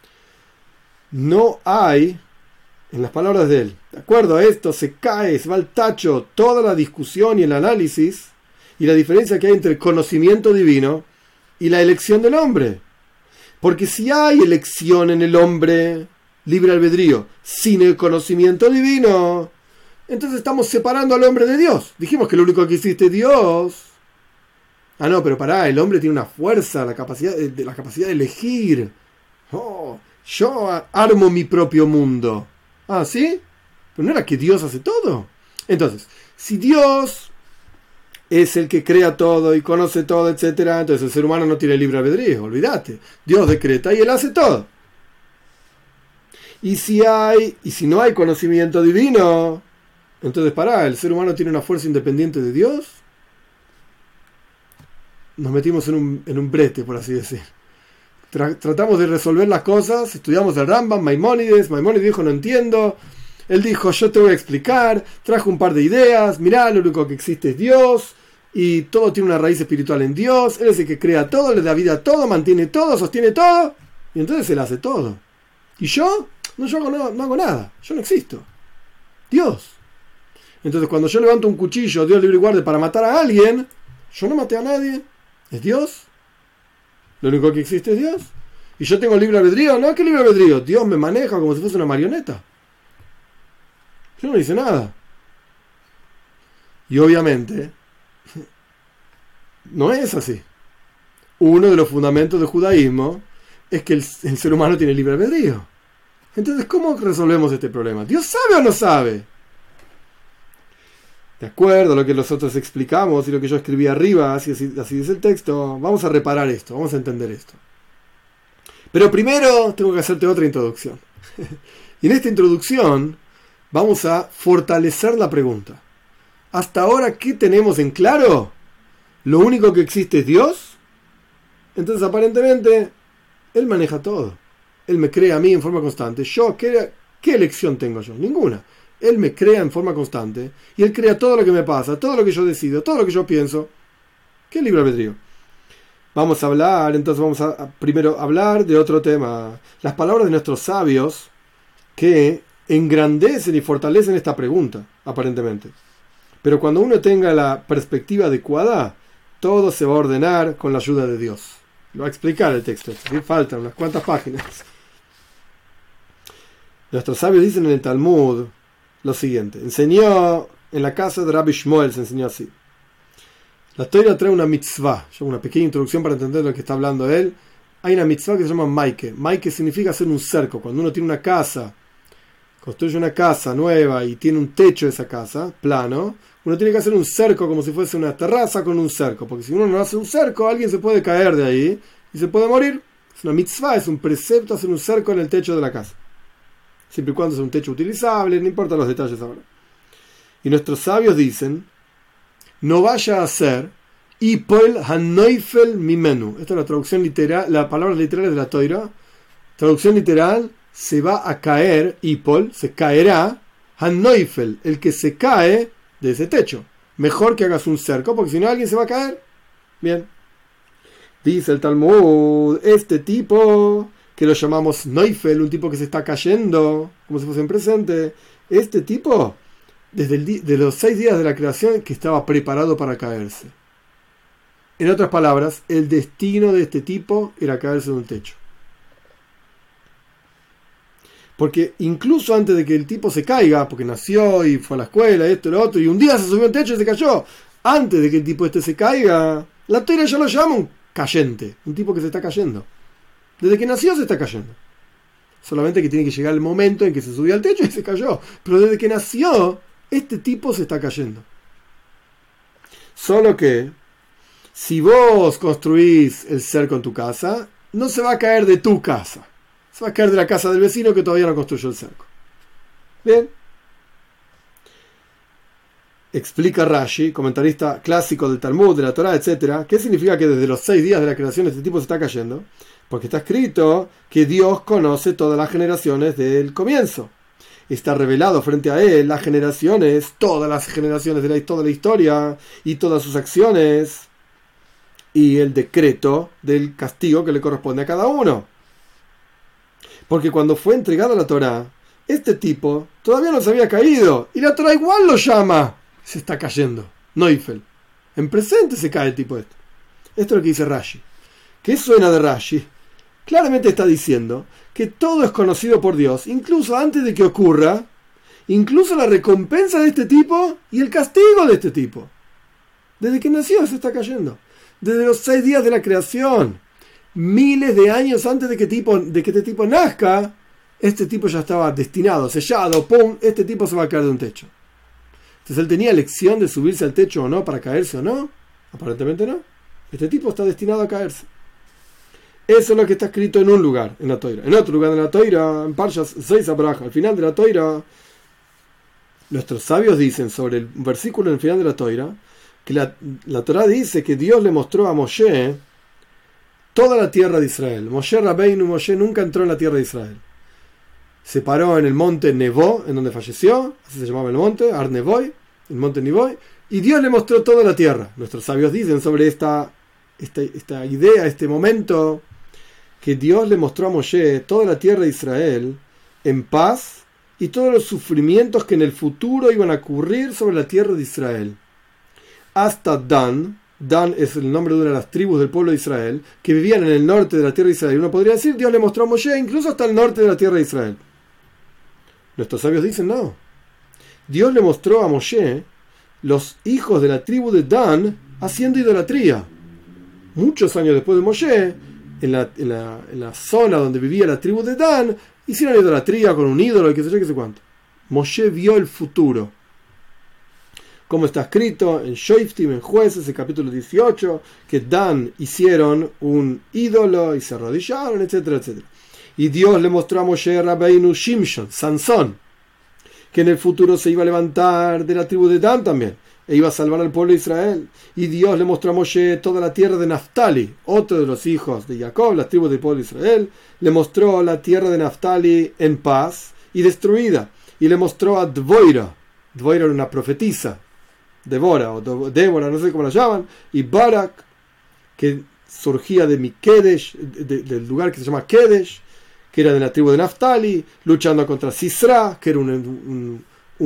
No hay, en las palabras de él, de acuerdo a esto, se va al tacho toda la discusión y el análisis y la diferencia que hay entre el conocimiento divino y la elección del hombre. Porque si hay elección en el hombre libre albedrío sin el conocimiento divino, entonces estamos separando al hombre de Dios. Dijimos que lo único que existe es Dios. Ah, no, pero pará, el hombre tiene una fuerza, la capacidad de elegir. Oh, yo armo mi propio mundo. Ah, ¿sí? ¿Pero no era que Dios hace todo? Entonces, si Dios es el que crea todo y conoce todo, etcétera, entonces el ser humano no tiene libre albedrío, olvídate. Dios decreta y él hace todo. Y si no hay conocimiento divino, entonces pará, el ser humano tiene una fuerza independiente de Dios. Nos metimos en un brete, por así decir. Tratamos de resolver las cosas, estudiamos el Rambam, Maimónides dijo no entiendo, él dijo yo te voy a explicar, trajo un par de ideas, mirá, lo único que existe es Dios, y todo tiene una raíz espiritual en Dios, él es el que crea todo, le da vida a todo, mantiene todo, sostiene todo, y entonces él hace todo. ¿Y yo? No hago nada, yo no existo. Dios. Entonces cuando yo levanto un cuchillo, Dios libre y guarde, para matar a alguien, yo no maté a nadie. ¿Es Dios? Lo único que existe es Dios. ¿Y yo tengo libre albedrío? No, ¿qué libre albedrío? Dios me maneja como si fuese una marioneta. Yo no hice nada. Y obviamente, no es así. Uno de los fundamentos del judaísmo es que el ser humano tiene libre albedrío. Entonces, ¿cómo resolvemos este problema? ¿Dios sabe o no sabe? De acuerdo a lo que nosotros explicamos y lo que yo escribí arriba, así dice el texto, vamos a reparar esto, vamos a entender esto. Pero primero tengo que hacerte otra introducción. Y en esta introducción vamos a fortalecer la pregunta. ¿Hasta ahora qué tenemos en claro? ¿Lo único que existe es Dios? Entonces aparentemente Él maneja todo. Él me crea a mí en forma constante. ¿Qué elección tengo yo? Ninguna. Él me crea en forma constante y Él crea todo lo que me pasa, todo lo que yo decido, todo lo que yo pienso. ¿Qué libre albedrío? Vamos a primero hablar de otro tema. Las palabras de nuestros sabios que engrandecen y fortalecen esta pregunta, aparentemente. Pero cuando uno tenga la perspectiva adecuada, todo se va a ordenar con la ayuda de Dios. Lo va a explicar el texto. Faltan unas cuantas páginas. Nuestros sabios dicen en el Talmud lo siguiente. Enseñó en la casa de Rabbi Shmuel, se enseñó así. La Torah trae una mitzvah, una pequeña introducción para entender lo que está hablando él. Hay una mitzvah que se llama maike. Maike significa hacer un cerco. Cuando uno tiene una casa, construye una casa nueva y tiene un techo de esa casa, plano, uno tiene que hacer un cerco como si fuese una terraza con un cerco. Porque si uno no hace un cerco, alguien se puede caer de ahí y se puede morir. Es una mitzvah, es un precepto hacer un cerco en el techo de la casa. Siempre y cuando sea un techo utilizable, no importa los detalles ahora. Y nuestros sabios dicen, no vaya a ser Ipol Hanoifel Mimenu. Esta es la traducción literal, las palabras literales de la Torah. Traducción literal, se va a caer, Ipol, se caerá, Hanoifel, el que se cae de ese techo. Mejor que hagas un cerco, porque si no alguien se va a caer. Bien. Dice el Talmud, este tipo, que lo llamamos Neufel, un tipo que se está cayendo, como si fuese en presente, este tipo, de los 6 días de la creación, que estaba preparado para caerse. En otras palabras, el destino de este tipo era caerse de un techo. Porque incluso antes de que el tipo se caiga, porque nació y fue a la escuela, esto y lo otro, y un día se subió al techo y se cayó, antes de que el tipo este se caiga, la Torah ya lo llama un cayente, un tipo que se está cayendo. Desde que nació se está cayendo. Solamente que tiene que llegar el momento en que se subió al techo y se cayó. Pero desde que nació, este tipo se está cayendo. Solo que, si vos construís el cerco en tu casa, no se va a caer de tu casa. Se va a caer de la casa del vecino que todavía no construyó el cerco. Bien. Explica Rashi, comentarista clásico del Talmud, de la Torah, etc. ¿Qué significa que desde los 6 días de la creación este tipo se está cayendo? Porque está escrito que Dios conoce todas las generaciones del comienzo. Está revelado frente a él las generaciones, todas las generaciones de toda la historia y todas sus acciones y el decreto del castigo que le corresponde a cada uno. Porque cuando fue entregada la Torah, este tipo todavía no se había caído y la Torah igual lo llama. Se está cayendo. Neufel. En presente se cae el tipo este. Esto es lo que dice Rashi. ¿Qué suena de Rashi? claramente está diciendo que todo es conocido por Dios, incluso antes de que ocurra, incluso la recompensa de este tipo y el castigo de este tipo. Desde que nació se está cayendo. Desde los 6 días de la creación, miles de años antes de que este tipo nazca, este tipo ya estaba destinado, sellado, ¡pum! Este tipo se va a caer de un techo. Entonces él tenía elección de subirse al techo o no, para caerse o no. Aparentemente no. Este tipo está destinado a caerse. Eso es lo que está escrito en un lugar, en la Toira. En otro lugar de la Toira, en Parshas 6 Abraja, al final de la Toira, nuestros sabios dicen sobre el versículo en el final de la Toira, que la Torá dice que Dios le mostró a Moshe toda la tierra de Israel. Moshe nunca entró en la tierra de Israel. Se paró en el monte Nevó, en donde falleció, así se llamaba el monte, Ar Nevoy, el monte Nevoy, y Dios le mostró toda la tierra. Nuestros sabios dicen sobre esta idea, este momento, que Dios le mostró a Moshe toda la tierra de Israel en paz y todos los sufrimientos que en el futuro iban a ocurrir sobre la tierra de Israel. Hasta Dan es el nombre de una de las tribus del pueblo de Israel, que vivían en el norte de la tierra de Israel. Uno podría decir, Dios le mostró a Moshe incluso hasta el norte de la tierra de Israel. Nuestros sabios dicen, no. Dios le mostró a Moshe los hijos de la tribu de Dan haciendo idolatría. Muchos años después de Moshe, en la zona donde vivía la tribu de Dan, hicieron idolatría con un ídolo y qué sé yo, qué sé cuánto. Moshe vio el futuro. Como está escrito en Shoftim, en Jueces, el capítulo 18, que Dan hicieron un ídolo y se arrodillaron, etcétera, etcétera. Y Dios le mostró a Moshe Rabbeinu Shimshon, Sansón, que en el futuro se iba a levantar de la tribu de Dan también, e iba a salvar al pueblo de Israel. Y Dios le mostró a Moshe toda la tierra de Naftali, otro de los hijos de Jacob, las tribus del pueblo de Israel. Le mostró la tierra de Naftali en paz y destruida. Y le mostró a Dvoira. Dvoira era una profetisa. Débora, no sé cómo la llaman. Y Barak, que surgía de Mikedesh, del lugar que se llama Kedesh, que era de la tribu de Naftali, luchando contra Sisra, que era un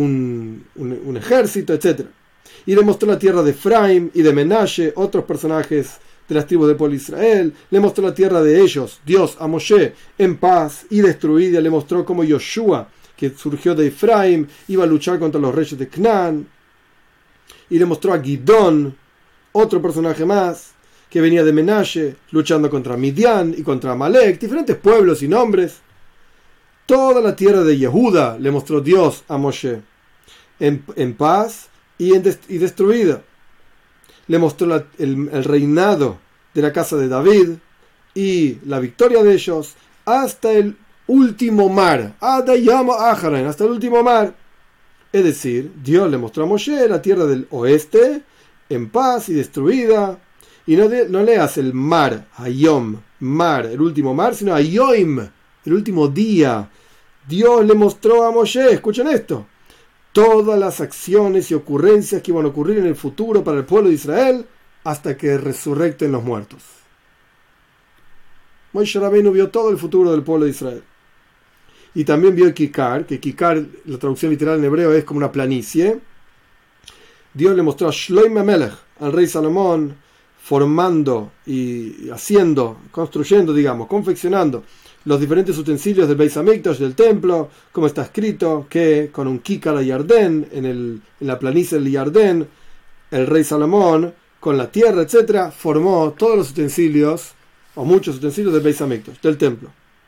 ejército, etc. Y le mostró la tierra de Efraim y de Menashe, otros personajes de las tribus del pueblo de Israel. Le mostró la tierra de ellos, Dios, a Moshe, en paz y destruida. Le mostró cómo Yoshua, que surgió de Efraim, iba a luchar contra los reyes de Canaán. Y le mostró a Gidón, otro personaje más, que venía de Menashe, luchando contra Midian y contra Amalek, diferentes pueblos y nombres. Toda la tierra de Yehuda le mostró Dios a Moshe, en paz y destruida. Le mostró el reinado de la casa de David y la victoria de ellos hasta el último mar, hasta el último mar. Es decir, Dios le mostró a Moshe la tierra del oeste, en paz y destruida. Y no leas el mar, Hayom, mar, el último mar, sino Hayoim, el último día. Dios le mostró a Moshe, escuchen esto, todas las acciones y ocurrencias que iban a ocurrir en el futuro para el pueblo de Israel hasta que resurrecten los muertos. Moshe Rabbeinu vio todo el futuro del pueblo de Israel. Y también vio Kikar, que Kikar, la traducción literal en hebreo es como una planicie. Dios le mostró a Shlomo Melech, al rey Salomón, formando y construyendo, confeccionando los diferentes utensilios del Beis Hamikdash, del templo, como está escrito, que con un Kikar a Yardén, en la planicie del Yardén, el rey Salomón, con la tierra, etc., formó todos los utensilios, o muchos utensilios del Beis Hamikdash, del templo.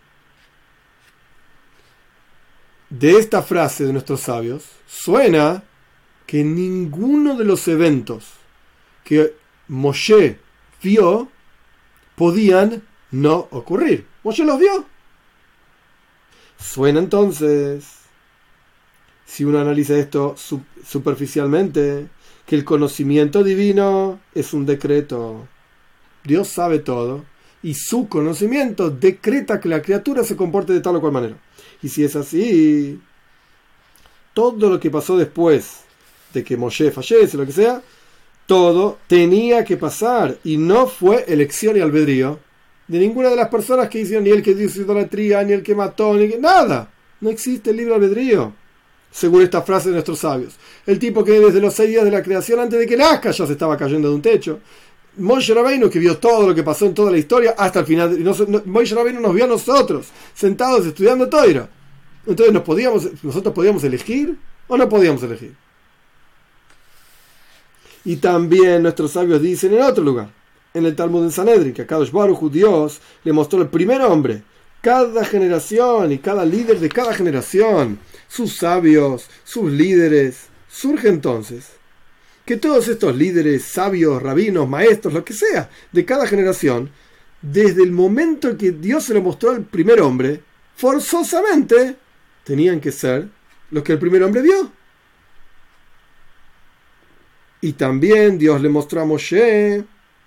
De esta frase de nuestros sabios, suena que ninguno de los eventos que Moshe vio podían no ocurrir. Moshe los vio. Suena entonces, si uno analiza esto superficialmente, que el conocimiento divino es un decreto. Dios sabe todo y su conocimiento decreta que la criatura se comporte de tal o cual manera. Y si es así, todo lo que pasó después de que Moshe fallece, lo que sea, todo tenía que pasar y no fue elección y albedrío de ninguna de las personas que hicieron, ni el que hizo idolatría, ni el que mató, nada. No existe el libre albedrío, según esta frase de nuestros sabios. El tipo que desde los 6 días de la creación, antes de que nazca, ya se estaba cayendo de un techo. Moshe Rabbeinu, que vio todo lo que pasó en toda la historia hasta el final. Moshe Rabbeinu nos vio a nosotros sentados estudiando Toira. Entonces nosotros podíamos elegir o no podíamos elegir. Y también nuestros sabios dicen en otro lugar, en el Talmud en Sanedrin, que a Kadosh Baruj Hu, Dios le mostró el primer hombre, cada generación y cada líder de cada generación, sus sabios, sus líderes. Surge entonces que todos estos líderes, sabios, rabinos, maestros, lo que sea, de cada generación, desde el momento en que Dios se lo mostró al primer hombre, forzosamente tenían que ser los que el primer hombre vio. Y también Dios le mostró a Moshe,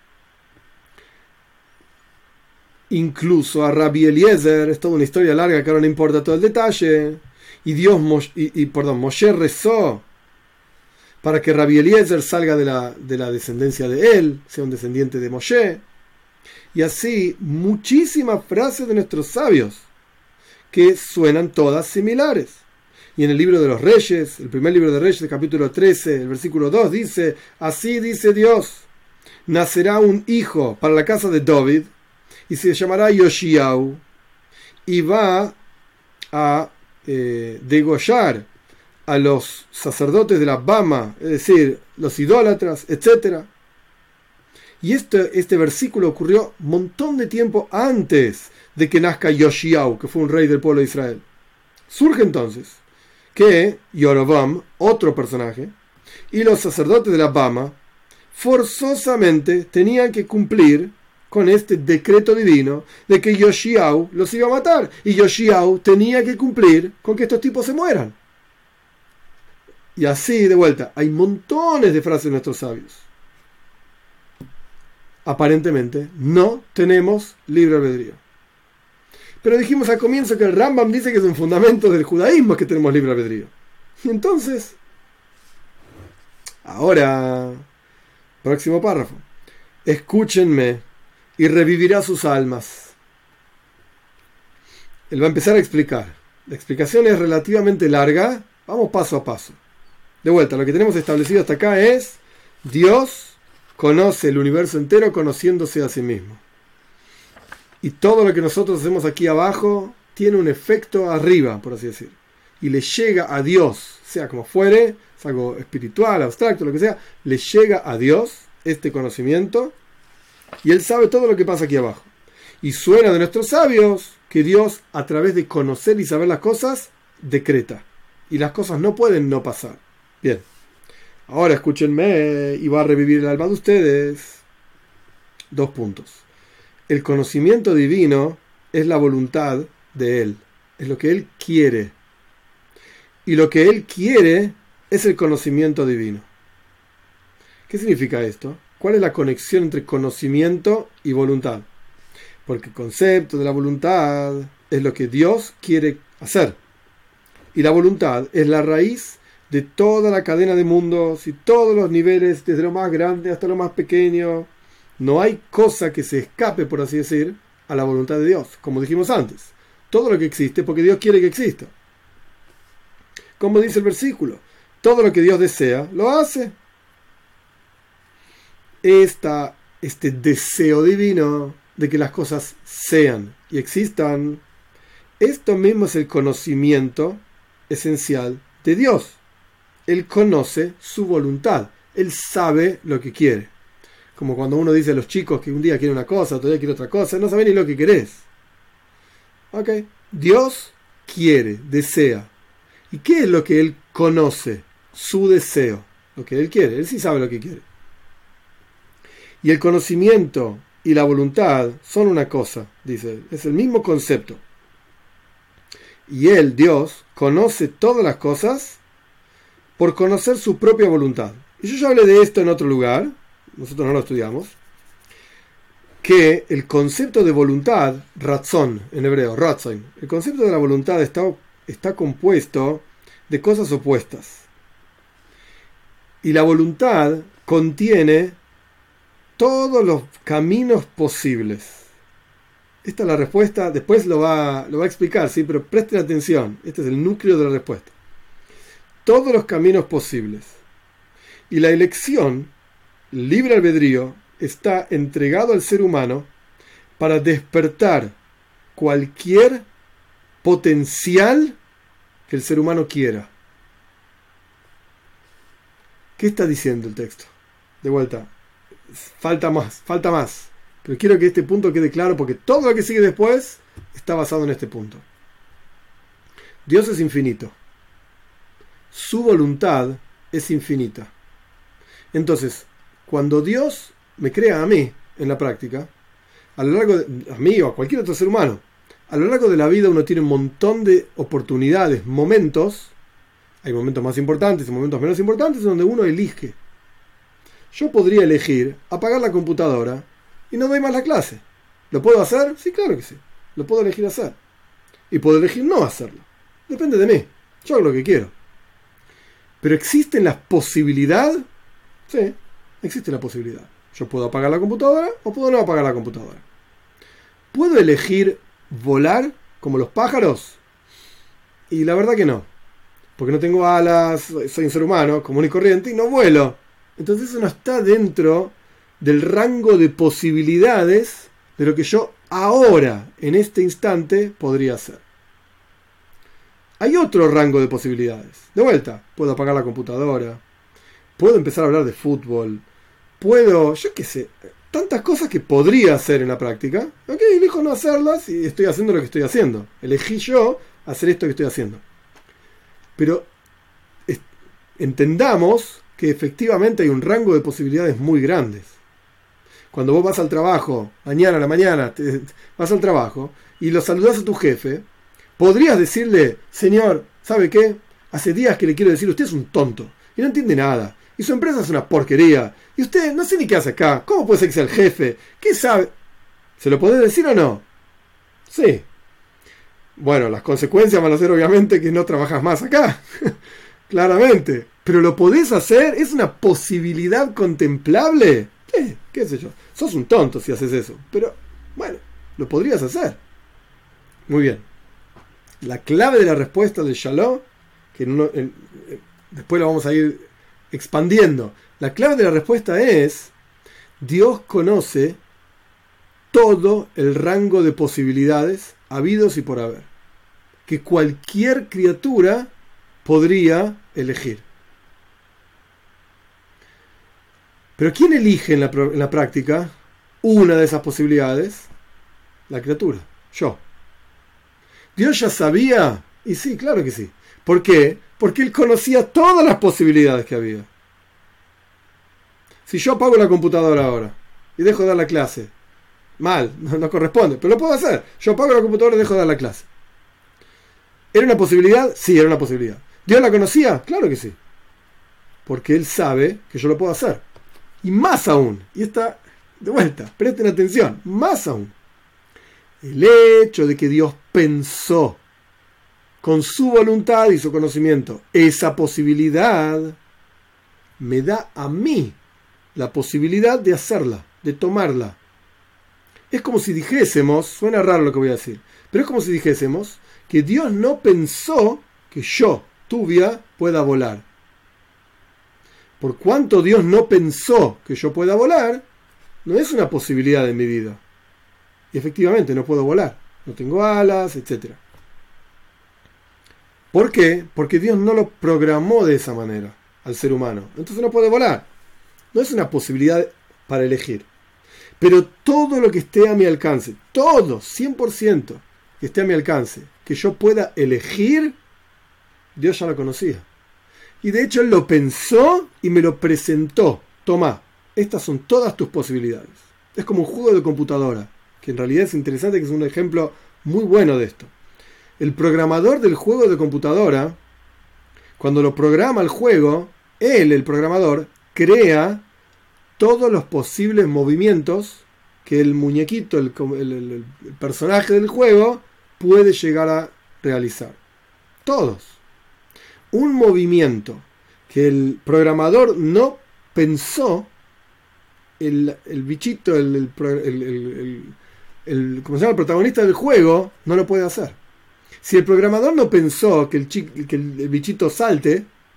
incluso a Rabbi Eliezer, es toda una historia larga que ahora no importa todo el detalle, y Moshe rezó para que Rabbi Eliezer salga de la descendencia de él, sea un descendiente de Moshe, y así muchísimas frases de nuestros sabios que suenan todas similares. Y en el libro de los Reyes, el primer libro de Reyes, el capítulo 13, el versículo 2 dice, así dice Dios, nacerá un hijo para la casa de David, y se llamará Yoshiau, y va a degollar a los sacerdotes de la Bama, es decir, los idólatras, etc. Y este versículo ocurrió un montón de tiempo antes de que nazca Yoshiau, que fue un rey del pueblo de Israel. Surge entonces que Yeroboam, otro personaje, y los sacerdotes de la Bama forzosamente tenían que cumplir con este decreto divino de que Yoshiau los iba a matar, y Yoshiau tenía que cumplir con que estos tipos se mueran. Y así, de vuelta, hay montones de frases de nuestros sabios. Aparentemente no tenemos libre albedrío. Pero dijimos al comienzo que el Rambam dice que es un fundamento del judaísmo que tenemos libre albedrío. Y entonces, ahora, próximo párrafo. Escúchenme y revivirá sus almas. Él va a empezar a explicar. La explicación es relativamente larga. Vamos paso a paso. De vuelta, lo que tenemos establecido hasta acá es Dios conoce el universo entero conociéndose a sí mismo. Y todo lo que nosotros hacemos aquí abajo tiene un efecto arriba, por así decir. Y le llega a Dios, sea como fuere, es algo espiritual, abstracto, lo que sea, le llega a Dios este conocimiento y Él sabe todo lo que pasa aquí abajo. Y suena de nuestros sabios que Dios, a través de conocer y saber las cosas, decreta. Y las cosas no pueden no pasar. Bien. Ahora escúchenme y va a revivir el alma de ustedes. 2 puntos. El conocimiento divino es la voluntad de Él. Es lo que Él quiere. Y lo que Él quiere es el conocimiento divino. ¿Qué significa esto? ¿Cuál es la conexión entre conocimiento y voluntad? Porque el concepto de la voluntad es lo que Dios quiere hacer. Y la voluntad es la raíz de toda la cadena de mundos y todos los niveles, desde lo más grande hasta lo más pequeño. No hay cosa que se escape, por así decir, a la voluntad de Dios, como dijimos antes. Todo lo que existe porque Dios quiere que exista. Como dice el versículo, todo lo que Dios desea, lo hace. Este deseo divino de que las cosas sean y existan, esto mismo es el conocimiento esencial de Dios. Él conoce su voluntad. Él sabe lo que quiere. Como cuando uno dice a los chicos que un día quiere una cosa, otro día quiere otra cosa, no sabe ni lo que querés. Ok. Dios quiere, desea. ¿Y qué es lo que Él conoce? Su deseo. Lo que Él quiere. Él sí sabe lo que quiere. Y el conocimiento y la voluntad son una cosa, dice él. Es el mismo concepto. Y Él, Dios, conoce todas las cosas por conocer su propia voluntad. Y yo ya hablé de esto en otro lugar, nosotros no lo estudiamos, que el concepto de voluntad, ratzon, en hebreo, ratzon, el concepto de la voluntad está compuesto de cosas opuestas. Y la voluntad contiene todos los caminos posibles. Esta es la respuesta, después lo va a explicar, ¿sí? Pero presten atención, este es el núcleo de la respuesta. Todos los caminos posibles. Y la elección, libre albedrío, está entregado al ser humano para despertar cualquier potencial que el ser humano quiera. ¿Qué está diciendo el texto? De vuelta, falta más. Pero quiero que este punto quede claro porque todo lo que sigue después está basado en este punto. Dios es infinito. Su voluntad es infinita. Entonces, cuando Dios me crea a mí en la práctica, a lo largo de, a mí o a cualquier otro ser humano, a lo largo de la vida uno tiene un montón de oportunidades, momentos, hay momentos más importantes y momentos menos importantes donde uno elige. Yo podría elegir apagar la computadora y no doy más la clase. ¿Lo puedo hacer? Sí, claro que sí. Lo puedo elegir hacer. Y puedo elegir no hacerlo. Depende de mí. Yo hago lo que quiero. Pero ¿existen las posibilidades? Sí, existe la posibilidad. Yo puedo apagar la computadora o puedo no apagar la computadora. ¿Puedo elegir volar como los pájaros? Y la verdad que no. Porque no tengo alas, soy un ser humano común y corriente y no vuelo. Entonces eso no está dentro del rango de posibilidades de lo que yo ahora, en este instante, podría hacer. Hay otro rango de posibilidades. De vuelta, puedo apagar la computadora, puedo empezar a hablar de fútbol, puedo, yo qué sé, tantas cosas que podría hacer en la práctica. Ok, elijo no hacerlas y estoy haciendo lo que estoy haciendo. Elegí yo hacer esto que estoy haciendo. Pero entendamos que efectivamente hay un rango de posibilidades muy grandes. Cuando vos vas al trabajo, mañana a la mañana, vas al trabajo y lo saludás a tu jefe, podrías decirle: señor, ¿sabe qué? Hace días que le quiero decir, usted es un tonto y no entiende nada. Y su empresa es una porquería. Y usted no sé ni qué hace acá. ¿Cómo puede ser que sea el jefe? ¿Qué sabe? ¿Se lo podés decir o no? Sí. Bueno, las consecuencias van a ser obviamente que no trabajas más acá. Claramente. Pero lo podés hacer. ¿Es una posibilidad contemplable? Sí, qué sé yo. Sos un tonto si haces eso. Pero, bueno, lo podrías hacer. Muy bien. La clave de la respuesta de Shalom, que después lo vamos a ir expandiendo. La clave de la respuesta es: Dios conoce todo el rango de posibilidades habidos y por haber, que cualquier criatura podría elegir. Pero ¿quién elige en la práctica una de esas posibilidades? La criatura, yo. ¿Dios ya sabía? Y sí, claro que sí. ¿Por qué? Porque Él conocía todas las posibilidades que había. Si yo apago la computadora ahora y dejo de dar la clase, mal, no corresponde, pero lo puedo hacer. Yo apago la computadora y dejo de dar la clase. ¿Era una posibilidad? Sí, era una posibilidad. ¿Dios la conocía? Claro que sí. Porque Él sabe que yo lo puedo hacer. Y más aún, y está de vuelta, presten atención, más aún, el hecho de que Dios pensó con su voluntad y su conocimiento esa posibilidad, me da a mí la posibilidad de hacerla, de tomarla. Es como si dijésemos, suena raro lo que voy a decir, pero es como si dijésemos que Dios no pensó que yo, Tuvia, pueda volar. Por cuanto Dios no pensó que yo pueda volar, no es una posibilidad en mi vida. Y efectivamente no puedo volar, no tengo alas, etc. ¿Por qué? Porque Dios no lo programó de esa manera al ser humano. Entonces no puede volar. No es una posibilidad para elegir. Pero todo lo que esté a mi alcance, todo, 100% que esté a mi alcance, que yo pueda elegir, Dios ya lo conocía. Y de hecho Él lo pensó y me lo presentó. Toma, estas son todas tus posibilidades. Es como un juego de computadora, que en realidad es interesante, que es un ejemplo muy bueno de esto. El programador del juego de computadora, cuando lo programa el juego, él, el programador, crea todos los posibles movimientos que el muñequito, el personaje del juego, puede llegar a realizar. Todos. Un movimiento que el programador no pensó, el bichito, ¿cómo se llama? El protagonista del juego, no lo puede hacer. Si el programador no pensó que el bichito salte,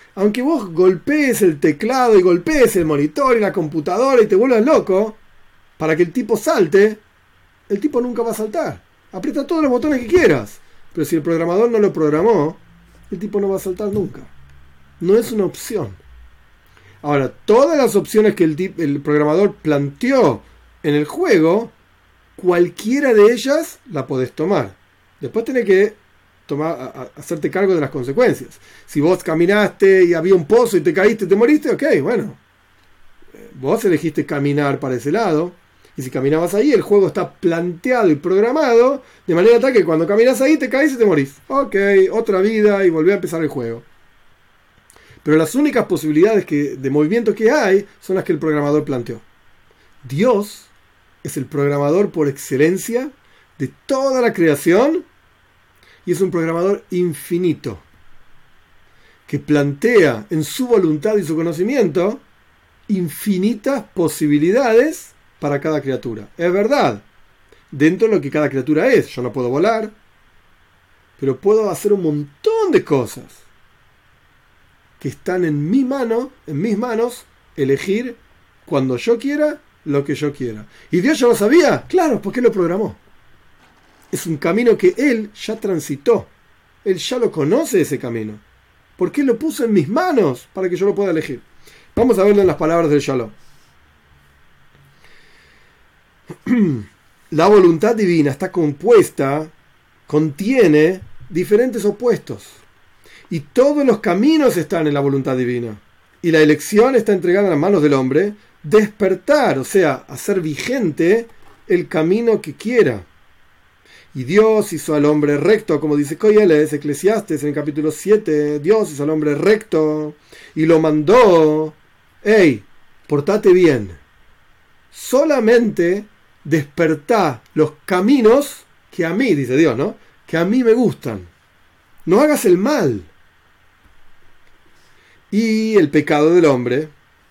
Aunque vos golpees el teclado y golpees el monitor y la computadora y te vuelvas loco, para que el tipo salte, el tipo nunca va a saltar. Aprieta todos los botones que quieras, pero si el programador no lo programó, el tipo no va a saltar nunca. No es una opción. Ahora, todas las opciones que el programador planteó en el juego, cualquiera de ellas la podés tomar. Después tenés que hacerte cargo de las consecuencias. Si vos caminaste y había un pozo y te caíste y te moriste, ok, bueno. Vos elegiste caminar para ese lado. Y si caminabas ahí, el juego está planteado y programado de manera tal que cuando caminas ahí te caes y te morís. Ok, otra vida y volví a empezar el juego. Pero las únicas posibilidades de movimiento que hay son las que el programador planteó. Dios es el programador por excelencia de toda la creación y es un programador infinito que plantea en su voluntad y su conocimiento infinitas posibilidades para cada criatura. Es verdad, dentro de lo que cada criatura es. Yo no puedo volar, pero puedo hacer un montón de cosas que están en mis manos, elegir cuando yo quiera, lo que yo quiera. ¿Y Dios ya lo sabía? Claro, porque Él lo programó. Es un camino que Él ya transitó. Él ya lo conoce, ese camino. Porque Él lo puso en mis manos para que yo lo pueda elegir. Vamos a verlo en las palabras del Shalom. La voluntad divina está contiene diferentes opuestos. Y todos los caminos están en la voluntad divina. Y la elección está entregada en las manos del hombre, despertar, o sea, hacer vigente el camino que quiera. Y Dios hizo al hombre recto, como dice Coyeles, Eclesiastes en el capítulo 7, Dios hizo al hombre recto y lo mandó, hey, portate bien, solamente despertá los caminos que a mí, dice Dios, ¿no? Que a mí me gustan, no hagas el mal. Y el pecado del hombre,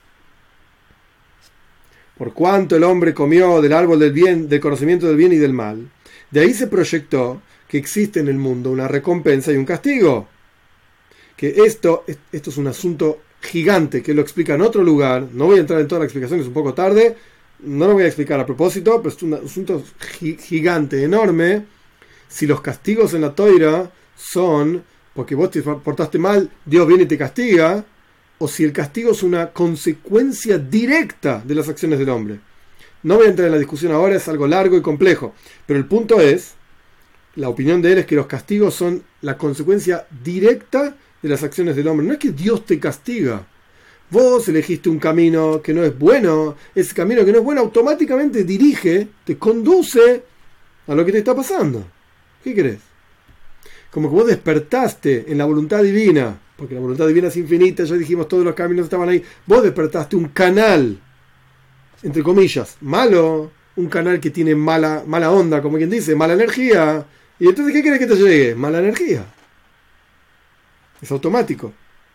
por cuanto el hombre comió del árbol del bien, del conocimiento del bien y del mal, de ahí se proyectó que existe en el mundo una recompensa y un castigo. Que esto es un asunto gigante, que lo explica en otro lugar. No voy a entrar en toda la explicación, es un poco tarde. No lo voy a explicar a propósito, pero es un asunto gigante, enorme. Si los castigos en la Toira son porque vos te portaste mal, Dios viene y te castiga, o si el castigo es una consecuencia directa de las acciones del hombre. No voy a entrar en la discusión ahora, es algo largo y complejo, pero el punto es, la opinión de él es que los castigos son la consecuencia directa de las acciones del hombre. No es que Dios te castiga. Vos elegiste un camino que no es bueno, ese camino que no es bueno automáticamente te conduce a lo que te está pasando. ¿Qué querés? Como que vos despertaste en la voluntad divina, porque la voluntad divina es infinita, ya dijimos todos los caminos estaban ahí, vos despertaste un canal, entre comillas, malo, un canal que tiene mala onda, como quien dice, mala energía, y entonces ¿qué querés que te llegue? Mala energía. Es automático.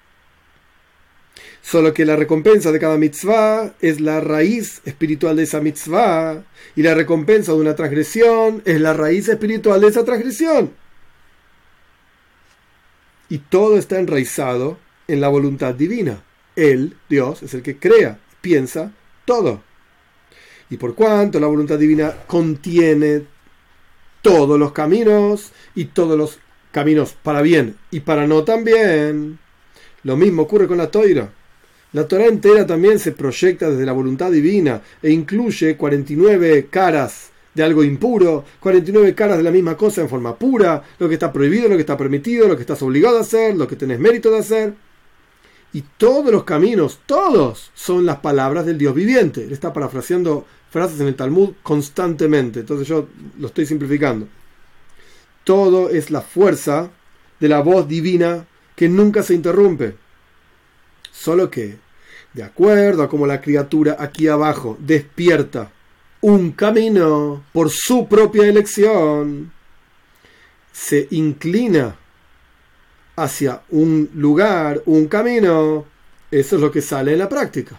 Solo que la recompensa de cada mitzvah es la raíz espiritual de esa mitzvah, y la recompensa de una transgresión es la raíz espiritual de esa transgresión. Y todo está enraizado en la voluntad divina. Él, Dios, es el que crea, piensa todo. Y por cuanto la voluntad divina contiene todos los caminos, y todos los caminos para bien y para no también, lo mismo ocurre con la Toira. La Torá entera también se proyecta desde la voluntad divina e incluye 49 caras de algo impuro, 49 caras de la misma cosa en forma pura, lo que está prohibido, lo que está permitido, lo que estás obligado a hacer, lo que tenés mérito de hacer. Y todos los caminos, todos, son las palabras del Dios viviente. Él está parafraseando frases en el Talmud constantemente, entonces yo lo estoy simplificando. Todo es la fuerza de la voz divina que nunca se interrumpe. Solo que, de acuerdo a cómo la criatura aquí abajo despierta un camino por su propia elección, se inclina hacia un lugar, un camino, eso es lo que sale en la práctica.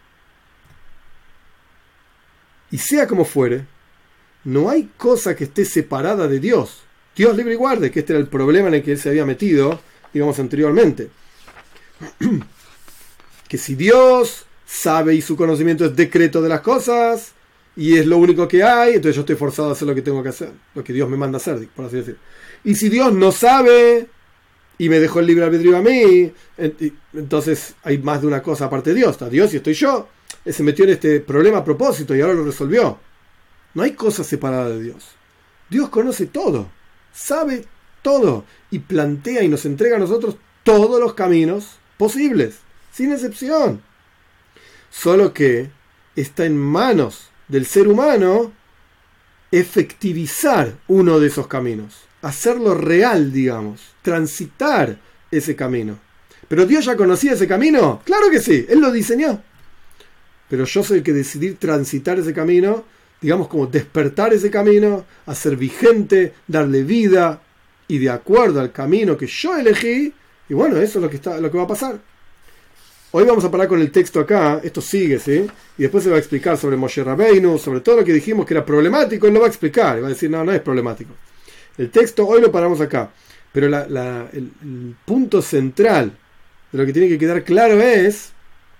Y sea como fuere, no hay cosa que esté separada de Dios. Dios libre y guarde, que este era el problema en el que él se había metido, digamos, anteriormente. Que si Dios sabe y su conocimiento es decreto de las cosas y es lo único que hay, entonces yo estoy forzado a hacer lo que tengo que hacer, lo que Dios me manda a hacer, por así decirlo. Y si Dios no sabe y me dejó el libre albedrío a mí, entonces hay más de una cosa aparte de Dios. Está Dios y estoy yo. Él se metió en este problema a propósito y ahora lo resolvió. No hay cosa separada de Dios. Dios conoce todo, sabe todo y plantea y nos entrega a nosotros todos los caminos posibles, sin excepción. Solo que está en manos del ser humano efectivizar uno de esos caminos, hacerlo real, digamos, transitar ese camino. ¿Pero Dios ya conocía ese camino? Claro que sí, Él lo diseñó. Pero yo soy el que decidí transitar ese camino, digamos como despertar ese camino, hacer vigente, darle vida, y de acuerdo al camino que yo elegí, y bueno, eso es lo que va a pasar. Hoy vamos a parar con el texto acá, esto sigue, ¿sí? Y después se va a explicar sobre Moshe Rabbeinu, sobre todo lo que dijimos que era problemático, él lo va a explicar, y va a decir, no es problemático. El texto hoy lo paramos acá, pero el punto central de lo que tiene que quedar claro es: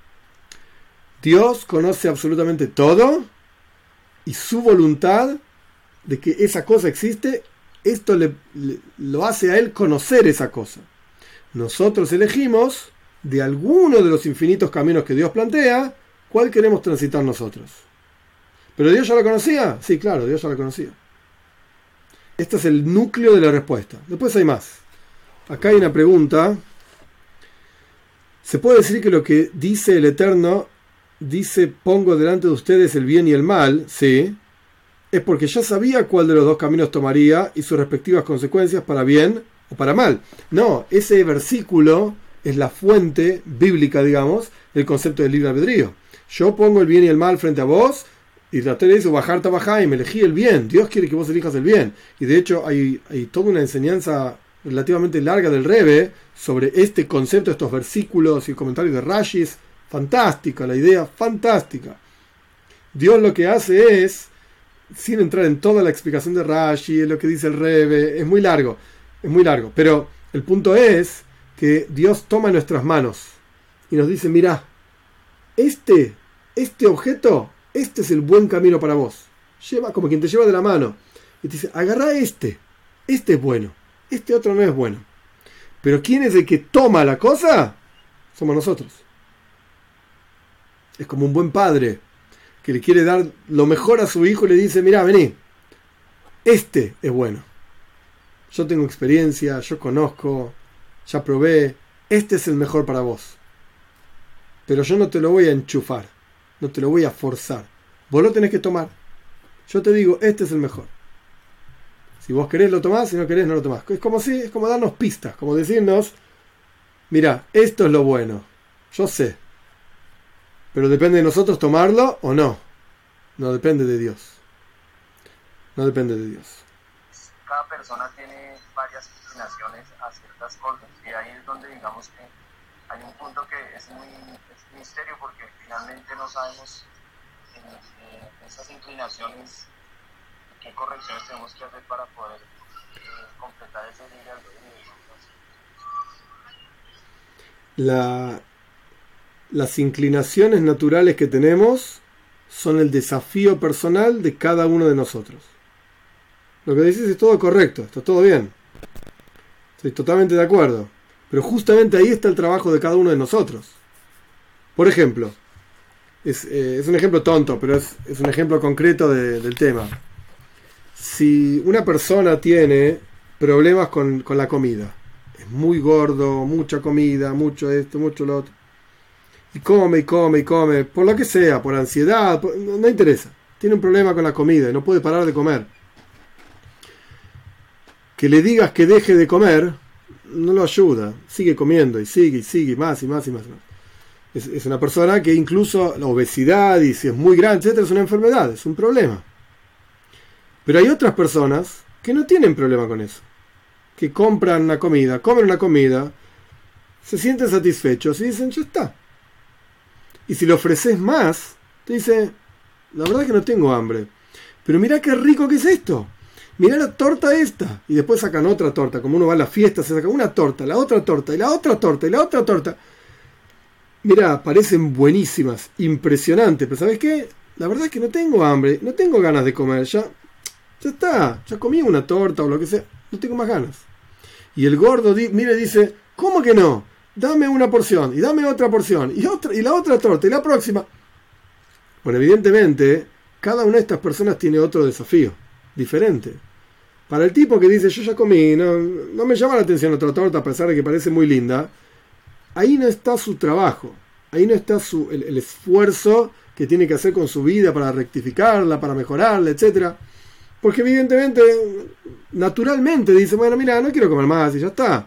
Dios conoce absolutamente todo y su voluntad de que esa cosa existe, esto lo hace a Él conocer esa cosa. Nosotros elegimos de alguno de los infinitos caminos que Dios plantea, ¿cuál queremos transitar nosotros? ¿Pero Dios ya lo conocía? Sí, claro, Dios ya lo conocía. Este es el núcleo de la respuesta. Después hay más. Acá hay una pregunta. ¿Se puede decir que lo que dice el Eterno, dice pongo delante de ustedes el bien y el mal? Sí. Es porque ya sabía cuál de los dos caminos tomaría y sus respectivas consecuencias para bien o para mal. No, ese versículo es la fuente bíblica, digamos, del concepto del libre albedrío. Yo pongo el bien y el mal frente a vos, y la Torá dice bajar tabajá, y me elegí el bien. Dios quiere que vos elijas el bien. Y de hecho hay toda una enseñanza relativamente larga del Rebbe sobre este concepto, estos versículos y comentarios de Rashi. Fantástica, la idea fantástica. Dios lo que hace es, sin entrar en toda la explicación de Rashi, lo que dice el Rebbe, es muy largo, pero el punto es que Dios toma nuestras manos y nos dice, mirá, este objeto, este es el buen camino para vos. Lleva como quien te lleva de la mano y te dice, agarrá este es bueno, este otro no es bueno. Pero ¿quién es el que toma la cosa? Somos nosotros. Es como un buen padre que le quiere dar lo mejor a su hijo y le dice, mirá, vení, este es bueno. Yo tengo experiencia, yo conozco, ya probé, este es el mejor para vos. Pero yo no te lo voy a enchufar, no te lo voy a forzar. Vos lo tenés que tomar. Yo te digo, este es el mejor. Si vos querés lo tomás, si no querés no lo tomás. Es como darnos pistas, como decirnos, mirá, esto es lo bueno, yo sé. Pero depende de nosotros tomarlo o no. No depende de Dios. No depende de Dios. Cada persona tiene varias inclinaciones a ciertas cosas. Y ahí es donde digamos que hay un punto que es un misterio, porque finalmente no sabemos en esas inclinaciones qué correcciones tenemos que hacer para poder completar ese libre albedrío. Las inclinaciones naturales que tenemos son el desafío personal de cada uno de nosotros. Lo que decís es todo correcto, está todo bien. Estoy totalmente de acuerdo. Pero justamente ahí está el trabajo de cada uno de nosotros. Por ejemplo, es un ejemplo tonto, pero es un ejemplo concreto del tema. Si una persona tiene problemas con la comida, es muy gordo, mucha comida, mucho esto, mucho lo otro, y come, por lo que sea, por ansiedad, no interesa, tiene un problema con la comida y no puede parar de comer, que le digas que deje de comer no lo ayuda, sigue comiendo y sigue, más y más. Es una persona que incluso la obesidad, y si es muy grande, etcétera, es una enfermedad, es un problema. Pero hay otras personas que no tienen problema con eso, que compran una comida, comen una comida, se sienten satisfechos y dicen, ya está. Y si le ofreces más, te dice, la verdad es que no tengo hambre, pero mirá qué rico que es esto, mirá la torta esta, y después sacan otra torta, como uno va a la fiesta, se saca una torta, la otra torta, y la otra torta, y la otra torta, mira, parecen buenísimas, impresionantes, pero ¿sabes qué? La verdad es que no tengo hambre, no tengo ganas de comer, ya está, ya comí una torta o lo que sea, no tengo más ganas. Y el gordo mira y dice, ¿cómo que no? Dame una porción, y dame otra porción, y otra, y la otra torta, y la próxima. Bueno, evidentemente, cada una de estas personas tiene otro desafío, diferente. Para el tipo que dice, yo ya comí, no me llama la atención otra torta, a pesar de que parece muy linda, ahí no está su trabajo, ahí no está el esfuerzo que tiene que hacer con su vida para rectificarla, para mejorarla, etcétera. Porque evidentemente, naturalmente dice, bueno, mira, no quiero comer más y ya está.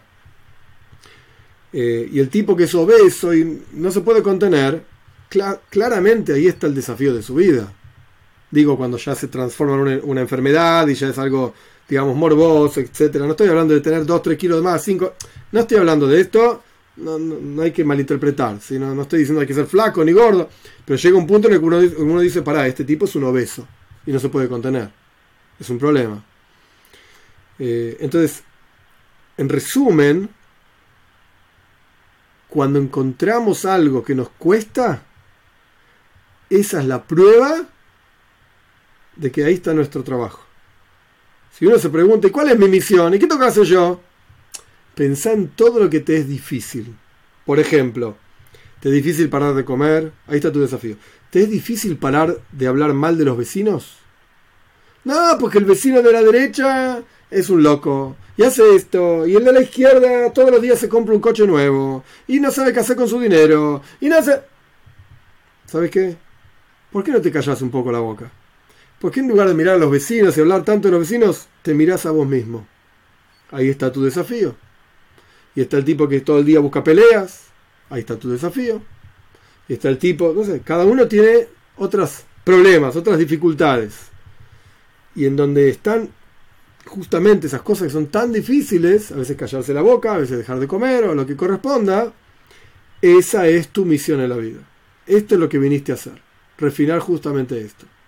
Y el tipo que es obeso y no se puede contener, claramente ahí está el desafío de su vida. Digo, cuando ya se transforma en una enfermedad y ya es algo, digamos, morboso, etcétera. No estoy hablando de tener 2-3 kilos de más, 5. No estoy hablando de esto. No hay que malinterpretar. ¿Sí? No estoy diciendo que hay que ser flaco ni gordo. Pero llega un punto en el que uno dice, pará, este tipo es un obeso y no se puede contener. Es un problema. Entonces, en resumen, cuando encontramos algo que nos cuesta, esa es la prueba de que ahí está nuestro trabajo. Si uno se pregunta, ¿y cuál es mi misión? ¿Y qué tengo que hacer yo? Pensá en todo lo que te es difícil. Por ejemplo, ¿te es difícil parar de comer? Ahí está tu desafío. ¿Te es difícil parar de hablar mal de los vecinos? No, porque el vecino de la derecha es un loco y hace esto, y el de la izquierda todos los días se compra un coche nuevo y no sabe qué hacer con su dinero y no hace... ¿Sabes qué? ¿Por qué no te callas un poco la boca? ¿Por qué en lugar de mirar a los vecinos y hablar tanto de los vecinos, te mirás a vos mismo? Ahí está tu desafío. Y está el tipo que todo el día busca peleas, ahí está tu desafío. Y está el tipo, no sé, cada uno tiene otros problemas, otras dificultades. Y en donde están justamente esas cosas que son tan difíciles, a veces callarse la boca, a veces dejar de comer o lo que corresponda, esa es tu misión en la vida. Esto es lo que viniste a hacer, refinar justamente esto.